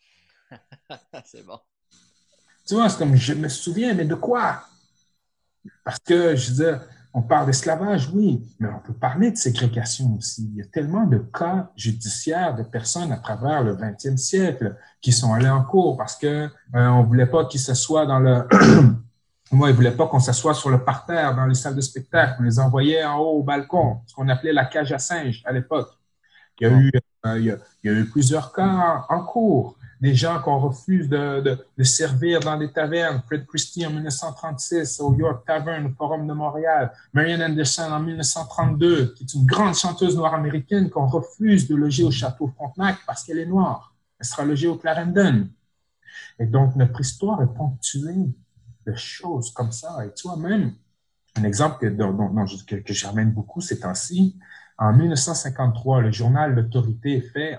C'est bon. Tu vois, c'est comme, je me souviens, mais de quoi? Parce que, je veux dire, on parle d'esclavage, oui, mais on peut parler de ségrégation aussi. Il y a tellement de cas judiciaires de personnes à travers le 20e siècle qui sont allés en cours parce que on voulait pas qu'ils s'assoient dans le... Moi, ils voulaient pas qu'on s'assoie sur le parterre dans les salles de spectacle. On les envoyait en haut au balcon, ce qu'on appelait la cage à singes à l'époque. Il y a eu, il y a eu plusieurs cas en cours. Des gens qu'on refuse de servir dans des tavernes. Fred Christie en 1936 au York Tavern, au Forum de Montréal. Marian Anderson en 1932, qui est une grande chanteuse noire américaine qu'on refuse de loger au Château Frontenac parce qu'elle est noire. Elle sera logée au Clarendon. Et donc, notre histoire est ponctuée de choses comme ça. Et tu vois, même un exemple que je ramène beaucoup ces temps-ci, en 1953, le journal L'Autorité fait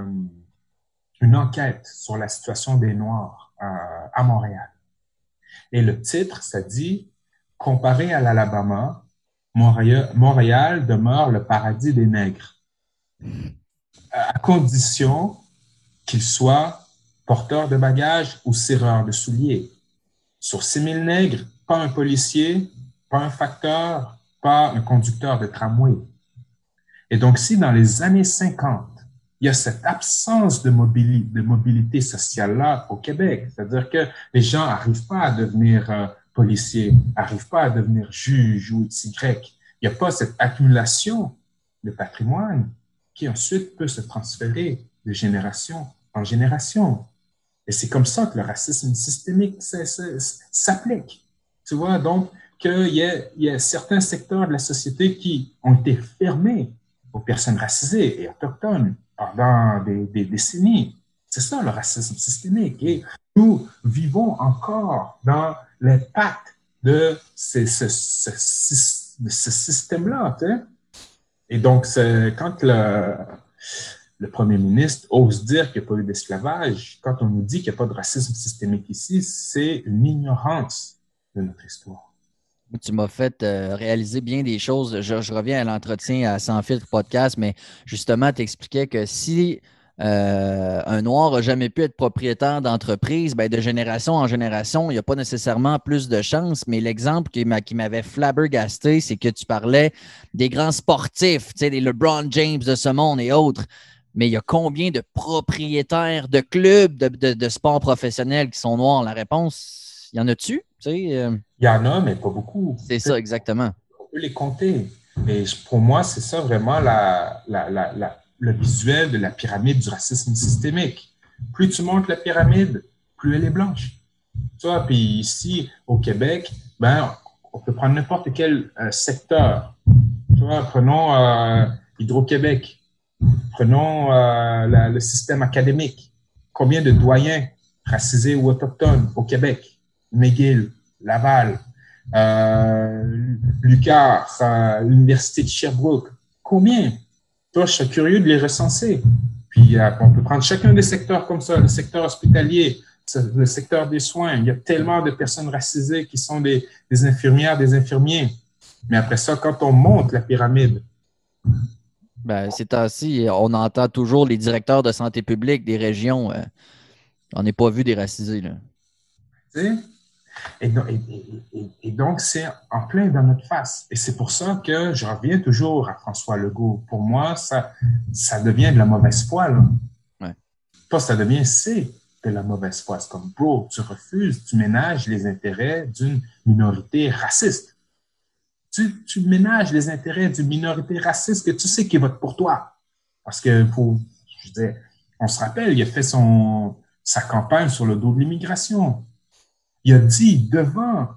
une enquête sur la situation des Noirs à Montréal. Et le titre, ça dit « Comparé à l'Alabama, Montréal demeure le paradis des nègres, à condition qu'ils soient porteurs de bagages ou serreurs de souliers. Sur 6 000 nègres, pas un policier, pas un facteur, pas un conducteur de tramway. » Et donc, si dans les années 50, il y a cette absence de mobilité sociale-là au Québec, c'est-à-dire que les gens n'arrivent pas à devenir policiers, n'arrivent pas à devenir juges ou XY, il n'y a pas cette accumulation de patrimoine qui ensuite peut se transférer de génération en génération. Et c'est comme ça que le racisme systémique s'applique. Tu vois, donc, qu'il y a certains secteurs de la société qui ont été fermés aux personnes racisées et autochtones pendant des décennies. C'est ça le racisme systémique. Et nous vivons encore dans l'impact de ce système-là. Tu sais? Et donc, quand le premier ministre ose dire qu'il n'y a pas eu d'esclavage, quand on nous dit qu'il n'y a pas de racisme systémique ici, c'est une ignorance de notre histoire. Tu m'as fait réaliser bien des choses. Je reviens à l'entretien à Sans Filtre podcast, mais justement, tu expliquais que si un Noir n'a jamais pu être propriétaire d'entreprise, ben de génération en génération, il n'y a pas nécessairement plus de chance. Mais l'exemple qui m'avait flabbergasté, c'est que tu parlais des grands sportifs, tu sais, des LeBron James de ce monde et autres. Mais il y a combien de propriétaires de clubs de sport professionnels qui sont noirs? La réponse, y en a-tu? Tu sais, il y en a, mais pas beaucoup. c'est ça, exactement. On peut les compter. Et pour moi, c'est ça vraiment le visuel de la pyramide du racisme systémique. Plus tu montes la pyramide, plus elle est blanche. Tu vois, puis ici, au Québec, ben, on peut prendre n'importe quel secteur. Tu vois, prenons Hydro-Québec, prenons le système académique. Combien de doyens racisés ou autochtones au Québec? McGill, Laval, l'UQAR, l'Université de Sherbrooke. Combien? Toi, je suis curieux de les recenser. Puis, on peut prendre chacun des secteurs comme ça, le secteur hospitalier, le secteur des soins. Il y a tellement de personnes racisées qui sont des infirmières, des infirmiers. Mais après ça, quand on monte la pyramide, Ben, ces temps-ci, on entend toujours les directeurs de santé publique des régions. On n'est pas vu des racisés, là. tu sais, et donc, c'est en plein dans notre face. Et c'est pour ça que je reviens toujours à François Legault. Pour moi, ça devient de la mauvaise foi, là. Ouais. Pas ça devient, c'est de la mauvaise foi. C'est comme, bro, tu refuses, tu ménages les intérêts d'une minorité raciste. Tu ménages les intérêts d'une minorité raciste que tu sais qui vote pour toi. Parce que, je veux dire, on se rappelle, il a fait sa campagne sur le dos de l'immigration. Il a dit devant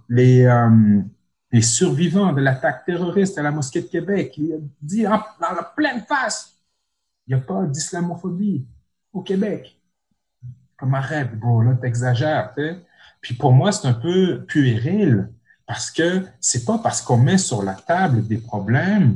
les survivants de l'attaque terroriste à la mosquée de Québec, il a dit dans la pleine face, il n'y a pas d'islamophobie au Québec. Comme arrête, bro, là, t'exagères, tu sais. Puis pour moi, c'est un peu puéril parce que c'est pas parce qu'on met sur la table des problèmes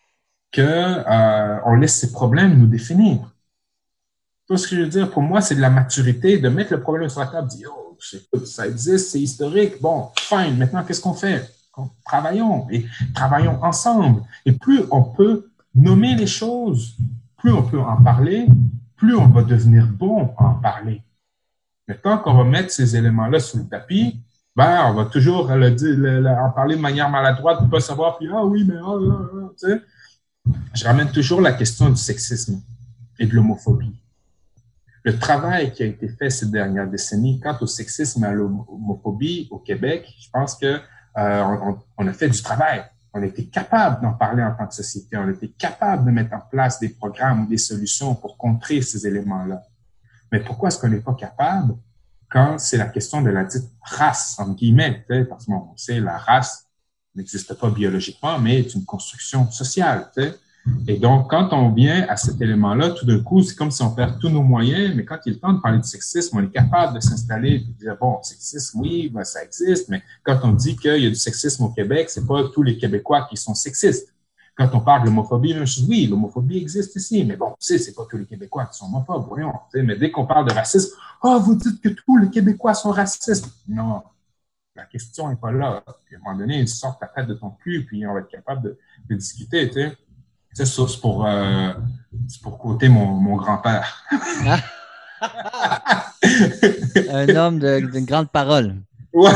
que on laisse ces problèmes nous définir. Tu vois ce que je veux dire? Pour moi, c'est de la maturité de mettre le problème sur la table, de dire, oh, ça existe, c'est historique. Bon, fine. Maintenant, qu'est-ce qu'on fait? Travaillons et travaillons ensemble. Et plus on peut nommer les choses, plus on peut en parler, plus on va devenir bon à en parler. Mais tant qu'on va mettre ces éléments-là sous le tapis, ben, on va toujours en parler de manière maladroite, pour pas savoir, puis ah oui, mais tu sais. Je ramène toujours la question du sexisme et de l'homophobie. Le travail qui a été fait ces dernières décennies quant au sexisme et à l'homophobie au Québec, je pense que on a fait du travail. On a été capable d'en parler en tant que société. On a été capable de mettre en place des programmes ou des solutions pour contrer ces éléments-là. Mais pourquoi est-ce qu'on n'est pas capable quand c'est la question de la dite race, entre guillemets, parce qu'on sait la race n'existe pas biologiquement, mais est une construction sociale. Et donc, quand on vient à cet élément-là, tout d'un coup, c'est comme si on perd tous nos moyens, mais quand il est temps de parler de sexisme, on est capable de s'installer et de dire, bon, sexisme, oui, ben, ça existe, mais quand on dit qu'il y a du sexisme au Québec, c'est pas tous les Québécois qui sont sexistes. Quand on parle de l'homophobie, oui, l'homophobie existe ici, mais bon, c'est pas tous les Québécois qui sont homophobes, voyons. Mais dès qu'on parle de racisme, vous dites que tous les Québécois sont racistes. Non, la question n'est pas là. Puis à un moment donné, ils sortent ta tête de ton cul, puis on va être capable de discuter, tu sais. C'est ça, c'est pour côté mon grand-père. Un homme d'une grande parole. Ouais.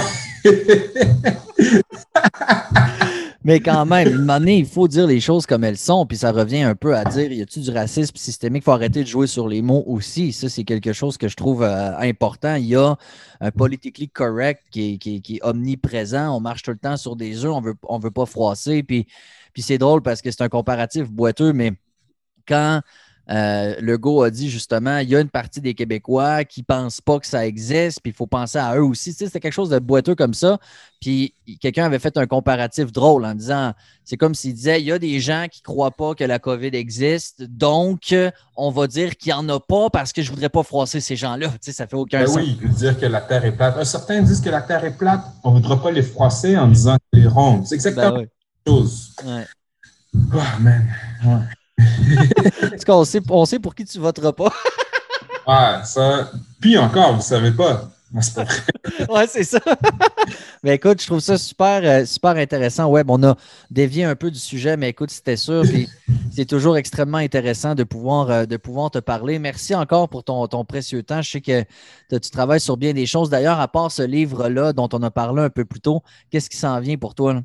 Mais quand même, une année, il faut dire les choses comme elles sont, puis ça revient un peu à dire, y a-t-il du racisme systémique? Il faut arrêter de jouer sur les mots aussi. Ça, c'est quelque chose que je trouve important. Il y a un politically correct qui est omniprésent. On marche tout le temps sur des œufs, on veut pas froisser. Puis c'est drôle parce que c'est un comparatif boiteux, mais quand Legault a dit justement, il y a une partie des Québécois qui ne pensent pas que ça existe, puis il faut penser à eux aussi. Tu sais, c'était quelque chose de boiteux comme ça. Puis quelqu'un avait fait un comparatif drôle en disant, c'est comme s'il disait, il y a des gens qui ne croient pas que la COVID existe, donc on va dire qu'il n'y en a pas parce que je ne voudrais pas froisser ces gens-là. Tu sais, ça fait aucun sens. Oui, dire que la Terre est plate. Certains disent que la Terre est plate, on ne voudra pas les froisser en disant qu'elle est ronde. C'est exactement la même chose. Ouais. Oh, man. Ouais. En tout cas, on sait pour qui tu voteras pas. Ouais, ça. Puis encore, vous ne savez pas. C'est pas vrai. Ouais, c'est ça. Mais écoute, je trouve ça super, super intéressant. Ouais, on a dévié un peu du sujet, mais écoute, c'était sûr. Puis c'est toujours extrêmement intéressant de pouvoir te parler. Merci encore pour ton précieux temps. Je sais que tu travailles sur bien des choses. D'ailleurs, à part ce livre-là dont on a parlé un peu plus tôt, qu'est-ce qui s'en vient pour toi, là?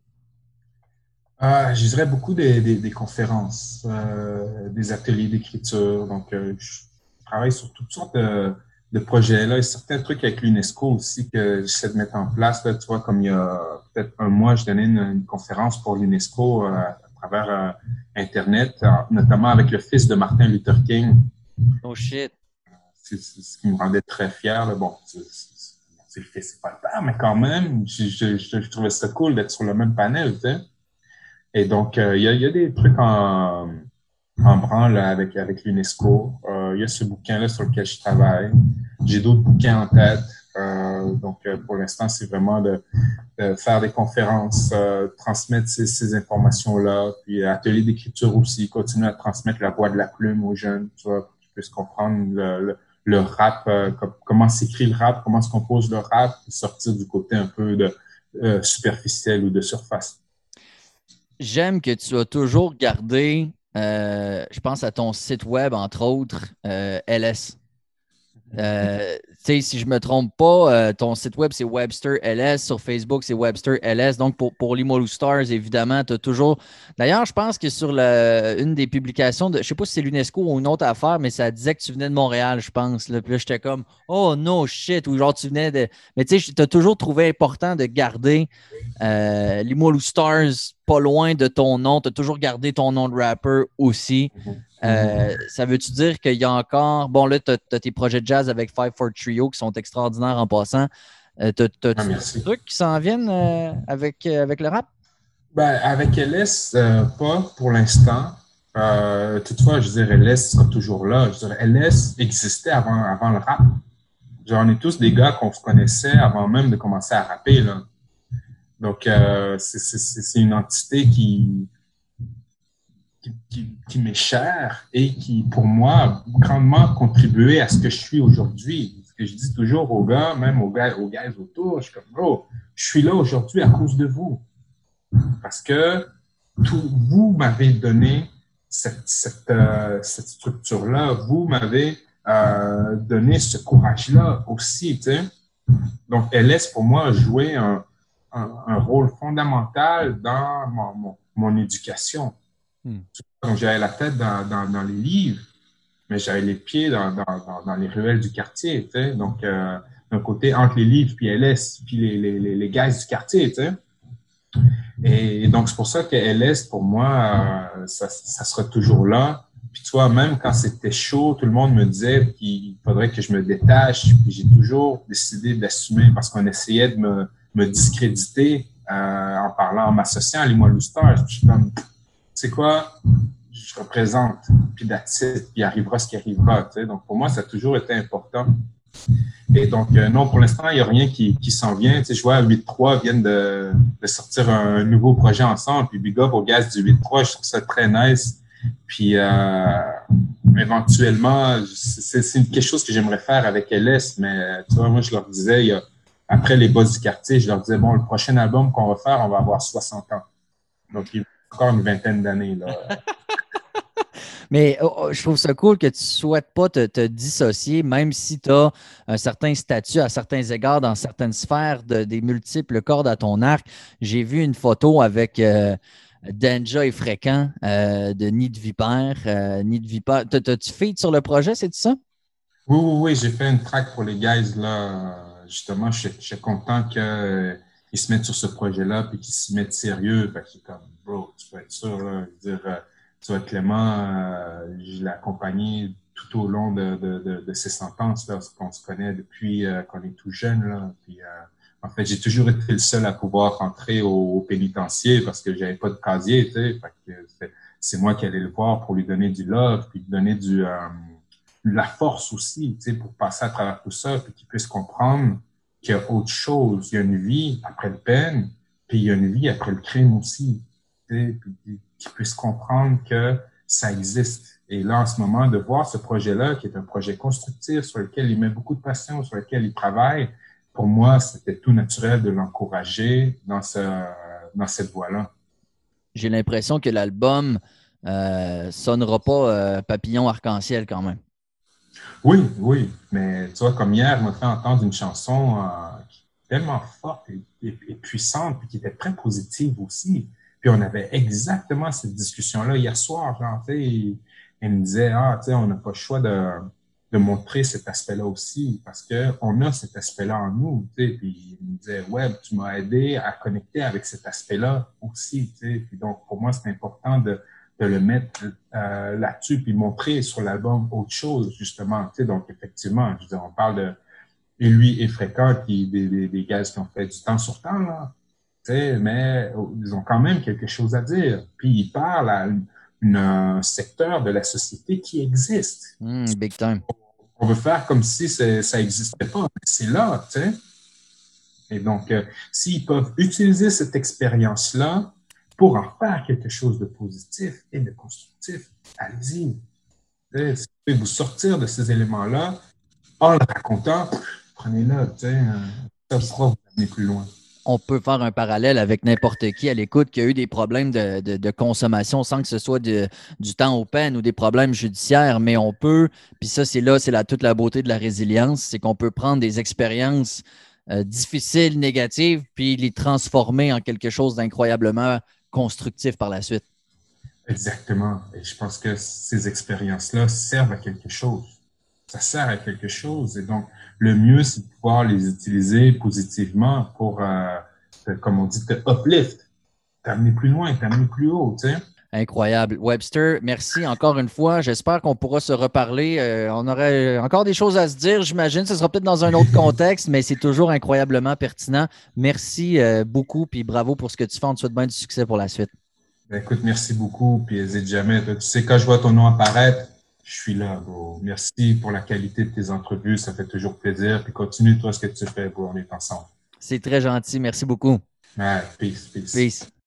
Je dirais beaucoup des conférences, des ateliers d'écriture. Donc, je travaille sur toutes sortes de projets. Là, il y a certains trucs avec l'UNESCO aussi que j'essaie de mettre en place. Là, tu vois, comme il y a peut-être un mois, je donnais une conférence pour l'UNESCO à travers Internet, notamment avec le fils de Martin Luther King. Oh shit. C'est ce qui me rendait très fier. Là. Bon, c'est le fils, c'est pas le père, mais quand même, je trouvais ça cool d'être sur le même panel, tu sais. Et donc, il y a des trucs en branle là, avec l'UNESCO. Il y a ce bouquin-là sur lequel je travaille. J'ai d'autres bouquins en tête. Donc, pour l'instant, c'est vraiment de faire des conférences, transmettre ces informations-là, puis atelier d'écriture aussi, continuer à transmettre la voix de la plume aux jeunes, tu vois, pour qu'ils puissent comprendre le rap, comment s'écrit le rap, comment se compose le rap, et sortir du côté un peu de superficiel ou de surface. J'aime que tu as toujours gardé, je pense à ton site web, entre autres, LS. Si je ne me trompe pas, ton site web, c'est Webster LS. Sur Facebook, c'est Webster LS. Donc, pour Limoilou Stars, évidemment, tu as toujours. D'ailleurs, je pense que sur une des publications, je ne sais pas si c'est l'UNESCO ou une autre affaire, mais ça disait que tu venais de Montréal, je pense. Là. Puis là, j'étais comme, oh no shit, ou genre tu venais de. Mais tu sais, tu as toujours trouvé important de garder Limoilou Stars pas loin de ton nom. Tu as toujours gardé ton nom de rapper aussi. Ça veut-tu dire qu'il y a encore. Bon, là, tu as tes projets de jazz avec 5-4 Trio qui sont extraordinaires en passant. Ah, T'as-tu d'autres merci. trucs qui s'en viennent avec le rap? Ben, avec LS, pas pour l'instant. Toutefois, je dirais LS sera toujours là. Je dirais LS existait avant le rap. Genre, on est tous des gars qu'on se connaissait avant même de commencer à rapper, là. Donc, c'est une entité qui m'est chère et qui, pour moi, a grandement contribué à ce que je suis aujourd'hui. Ce que je dis toujours aux gars, même aux gars autour, je suis comme, bro, je suis là aujourd'hui à cause de vous. Parce que vous m'avez donné cette structure-là, vous m'avez donné ce courage-là aussi. Tu sais. Donc, LS, pour moi, a joué un rôle fondamental dans mon éducation. Hmm. Donc, j'avais la tête dans les livres, mais j'avais les pieds dans les ruelles du quartier. Tu sais. Donc, d'un côté, entre les livres, puis LS, puis les gars du quartier. Tu sais. Et donc, c'est pour ça que LS, pour moi, ça sera toujours là. Puis, tu vois, même quand c'était chaud, tout le monde me disait qu'il faudrait que je me détache. Puis, j'ai toujours décidé d'assumer parce qu'on essayait de me discréditer en parlant, en m'associant à Limoilou Stars. Puis, je suis comme, tu sais quoi, je représente, puis that's it, puis il arrivera ce qui arrivera. Tu sais. Donc, pour moi, ça a toujours été important. Et donc, non, pour l'instant, il n'y a rien qui s'en vient. Tu sais, je vois 8-3 viennent de sortir un nouveau projet ensemble. Puis big up au gaz du 8-3, je trouve ça très nice. Puis éventuellement, c'est quelque chose que j'aimerais faire avec LS, mais tu vois, moi, je leur disais, après les boss du quartier, je leur disais, bon, le prochain album qu'on va faire, on va avoir 60 ans. Donc, il y a encore une vingtaine d'années, là. Mais je trouve ça cool que tu ne souhaites pas te dissocier, même si tu as un certain statut à certains égards dans certaines sphères des multiples cordes à ton arc. J'ai vu une photo avec Danja et Fréquent de Nid de Vipère. Nid de Vipère. T'as-tu feat sur le projet, c'est ça? Oui, oui, oui, j'ai fait une track pour les guys, là. Justement, je suis content qu'ils se mettent sur ce projet-là puis qu'ils s'y mettent sérieux. Fait que c'est comme, bro, tu peux être sûr, là. Je veux dire, tu vois, Clément, je l'ai accompagné tout au long de ses sentences, là, parce qu'on se connaît depuis qu'on est tout jeune, là. Puis, en fait, j'ai toujours été le seul à pouvoir rentrer au pénitencier parce que j'avais pas de casier, tu sais. Fait que c'est moi qui allais le voir pour lui donner du love puis lui donner la force aussi, tu sais, pour passer à travers tout ça, puis qu'ils puissent comprendre qu'il y a autre chose. Il y a une vie après le peine, puis il y a une vie après le crime aussi. Tu sais, puis qu'ils puissent comprendre que ça existe. Et là, en ce moment, de voir ce projet-là, qui est un projet constructif, sur lequel il met beaucoup de passion, sur lequel il travaille, pour moi, c'était tout naturel de l'encourager dans cette voie-là. J'ai l'impression que l'album sonnera pas papillon arc-en-ciel quand même. Oui, oui, mais tu vois, comme hier, on m'a fait entendre une chanson qui est tellement forte et puissante, puis qui était très positive aussi. Puis on avait exactement cette discussion-là hier soir. Genre, tu sais, elle me disait, ah, tu sais, on n'a pas le choix de montrer cet aspect-là aussi, parce qu'on a cet aspect-là en nous. Tu sais, puis il me disait, ouais, tu m'as aidé à connecter avec cet aspect-là aussi. Tu sais, puis donc, pour moi, c'est important de le mettre là-dessus puis montrer sur l'album autre chose, justement. Tu sais, donc, effectivement, je veux dire, on parle de et lui et Fréquent, des gars qui ont fait du temps sur temps, là. Tu sais, mais ils ont quand même quelque chose à dire. Puis ils parlent à un secteur de la société qui existe. Big time. On veut faire comme si ça n'existait pas. C'est là, tu sais. Et donc, s'ils peuvent utiliser cette expérience-là pour en faire quelque chose de positif et de constructif, allez-y. Si vous pouvez vous sortir de ces éléments-là en le racontant, prenez-le. Ça Puis pourra vous amener plus loin. On peut faire un parallèle avec n'importe qui à l'écoute qui a eu des problèmes de consommation sans que ce soit du temps aux peines ou des problèmes judiciaires, mais on peut, puis ça, toute la beauté de la résilience, c'est qu'on peut prendre des expériences difficiles, négatives, puis les transformer en quelque chose d'incroyablement constructif par la suite. Exactement. Et je pense que ces expériences-là servent à quelque chose. Ça sert à quelque chose. Et donc, le mieux, c'est de pouvoir les utiliser positivement pour, comme on dit, te uplift, t'amener plus loin, t'amener plus haut, tu sais. Incroyable. Webster, merci encore une fois. J'espère qu'on pourra se reparler. On aurait encore des choses à se dire, j'imagine. Ce sera peut-être dans un autre contexte, mais c'est toujours incroyablement pertinent. Merci beaucoup, puis bravo pour ce que tu fais. On te souhaite bien du succès pour la suite. Ben, écoute, merci beaucoup, puis n'hésite jamais. Toi, tu sais, quand je vois ton nom apparaître, je suis là, bro. Merci pour la qualité de tes entrevues, ça fait toujours plaisir. Puis continue, toi, ce que tu fais, bro. On est ensemble. C'est très gentil. Merci beaucoup. Ouais, peace, peace. Peace.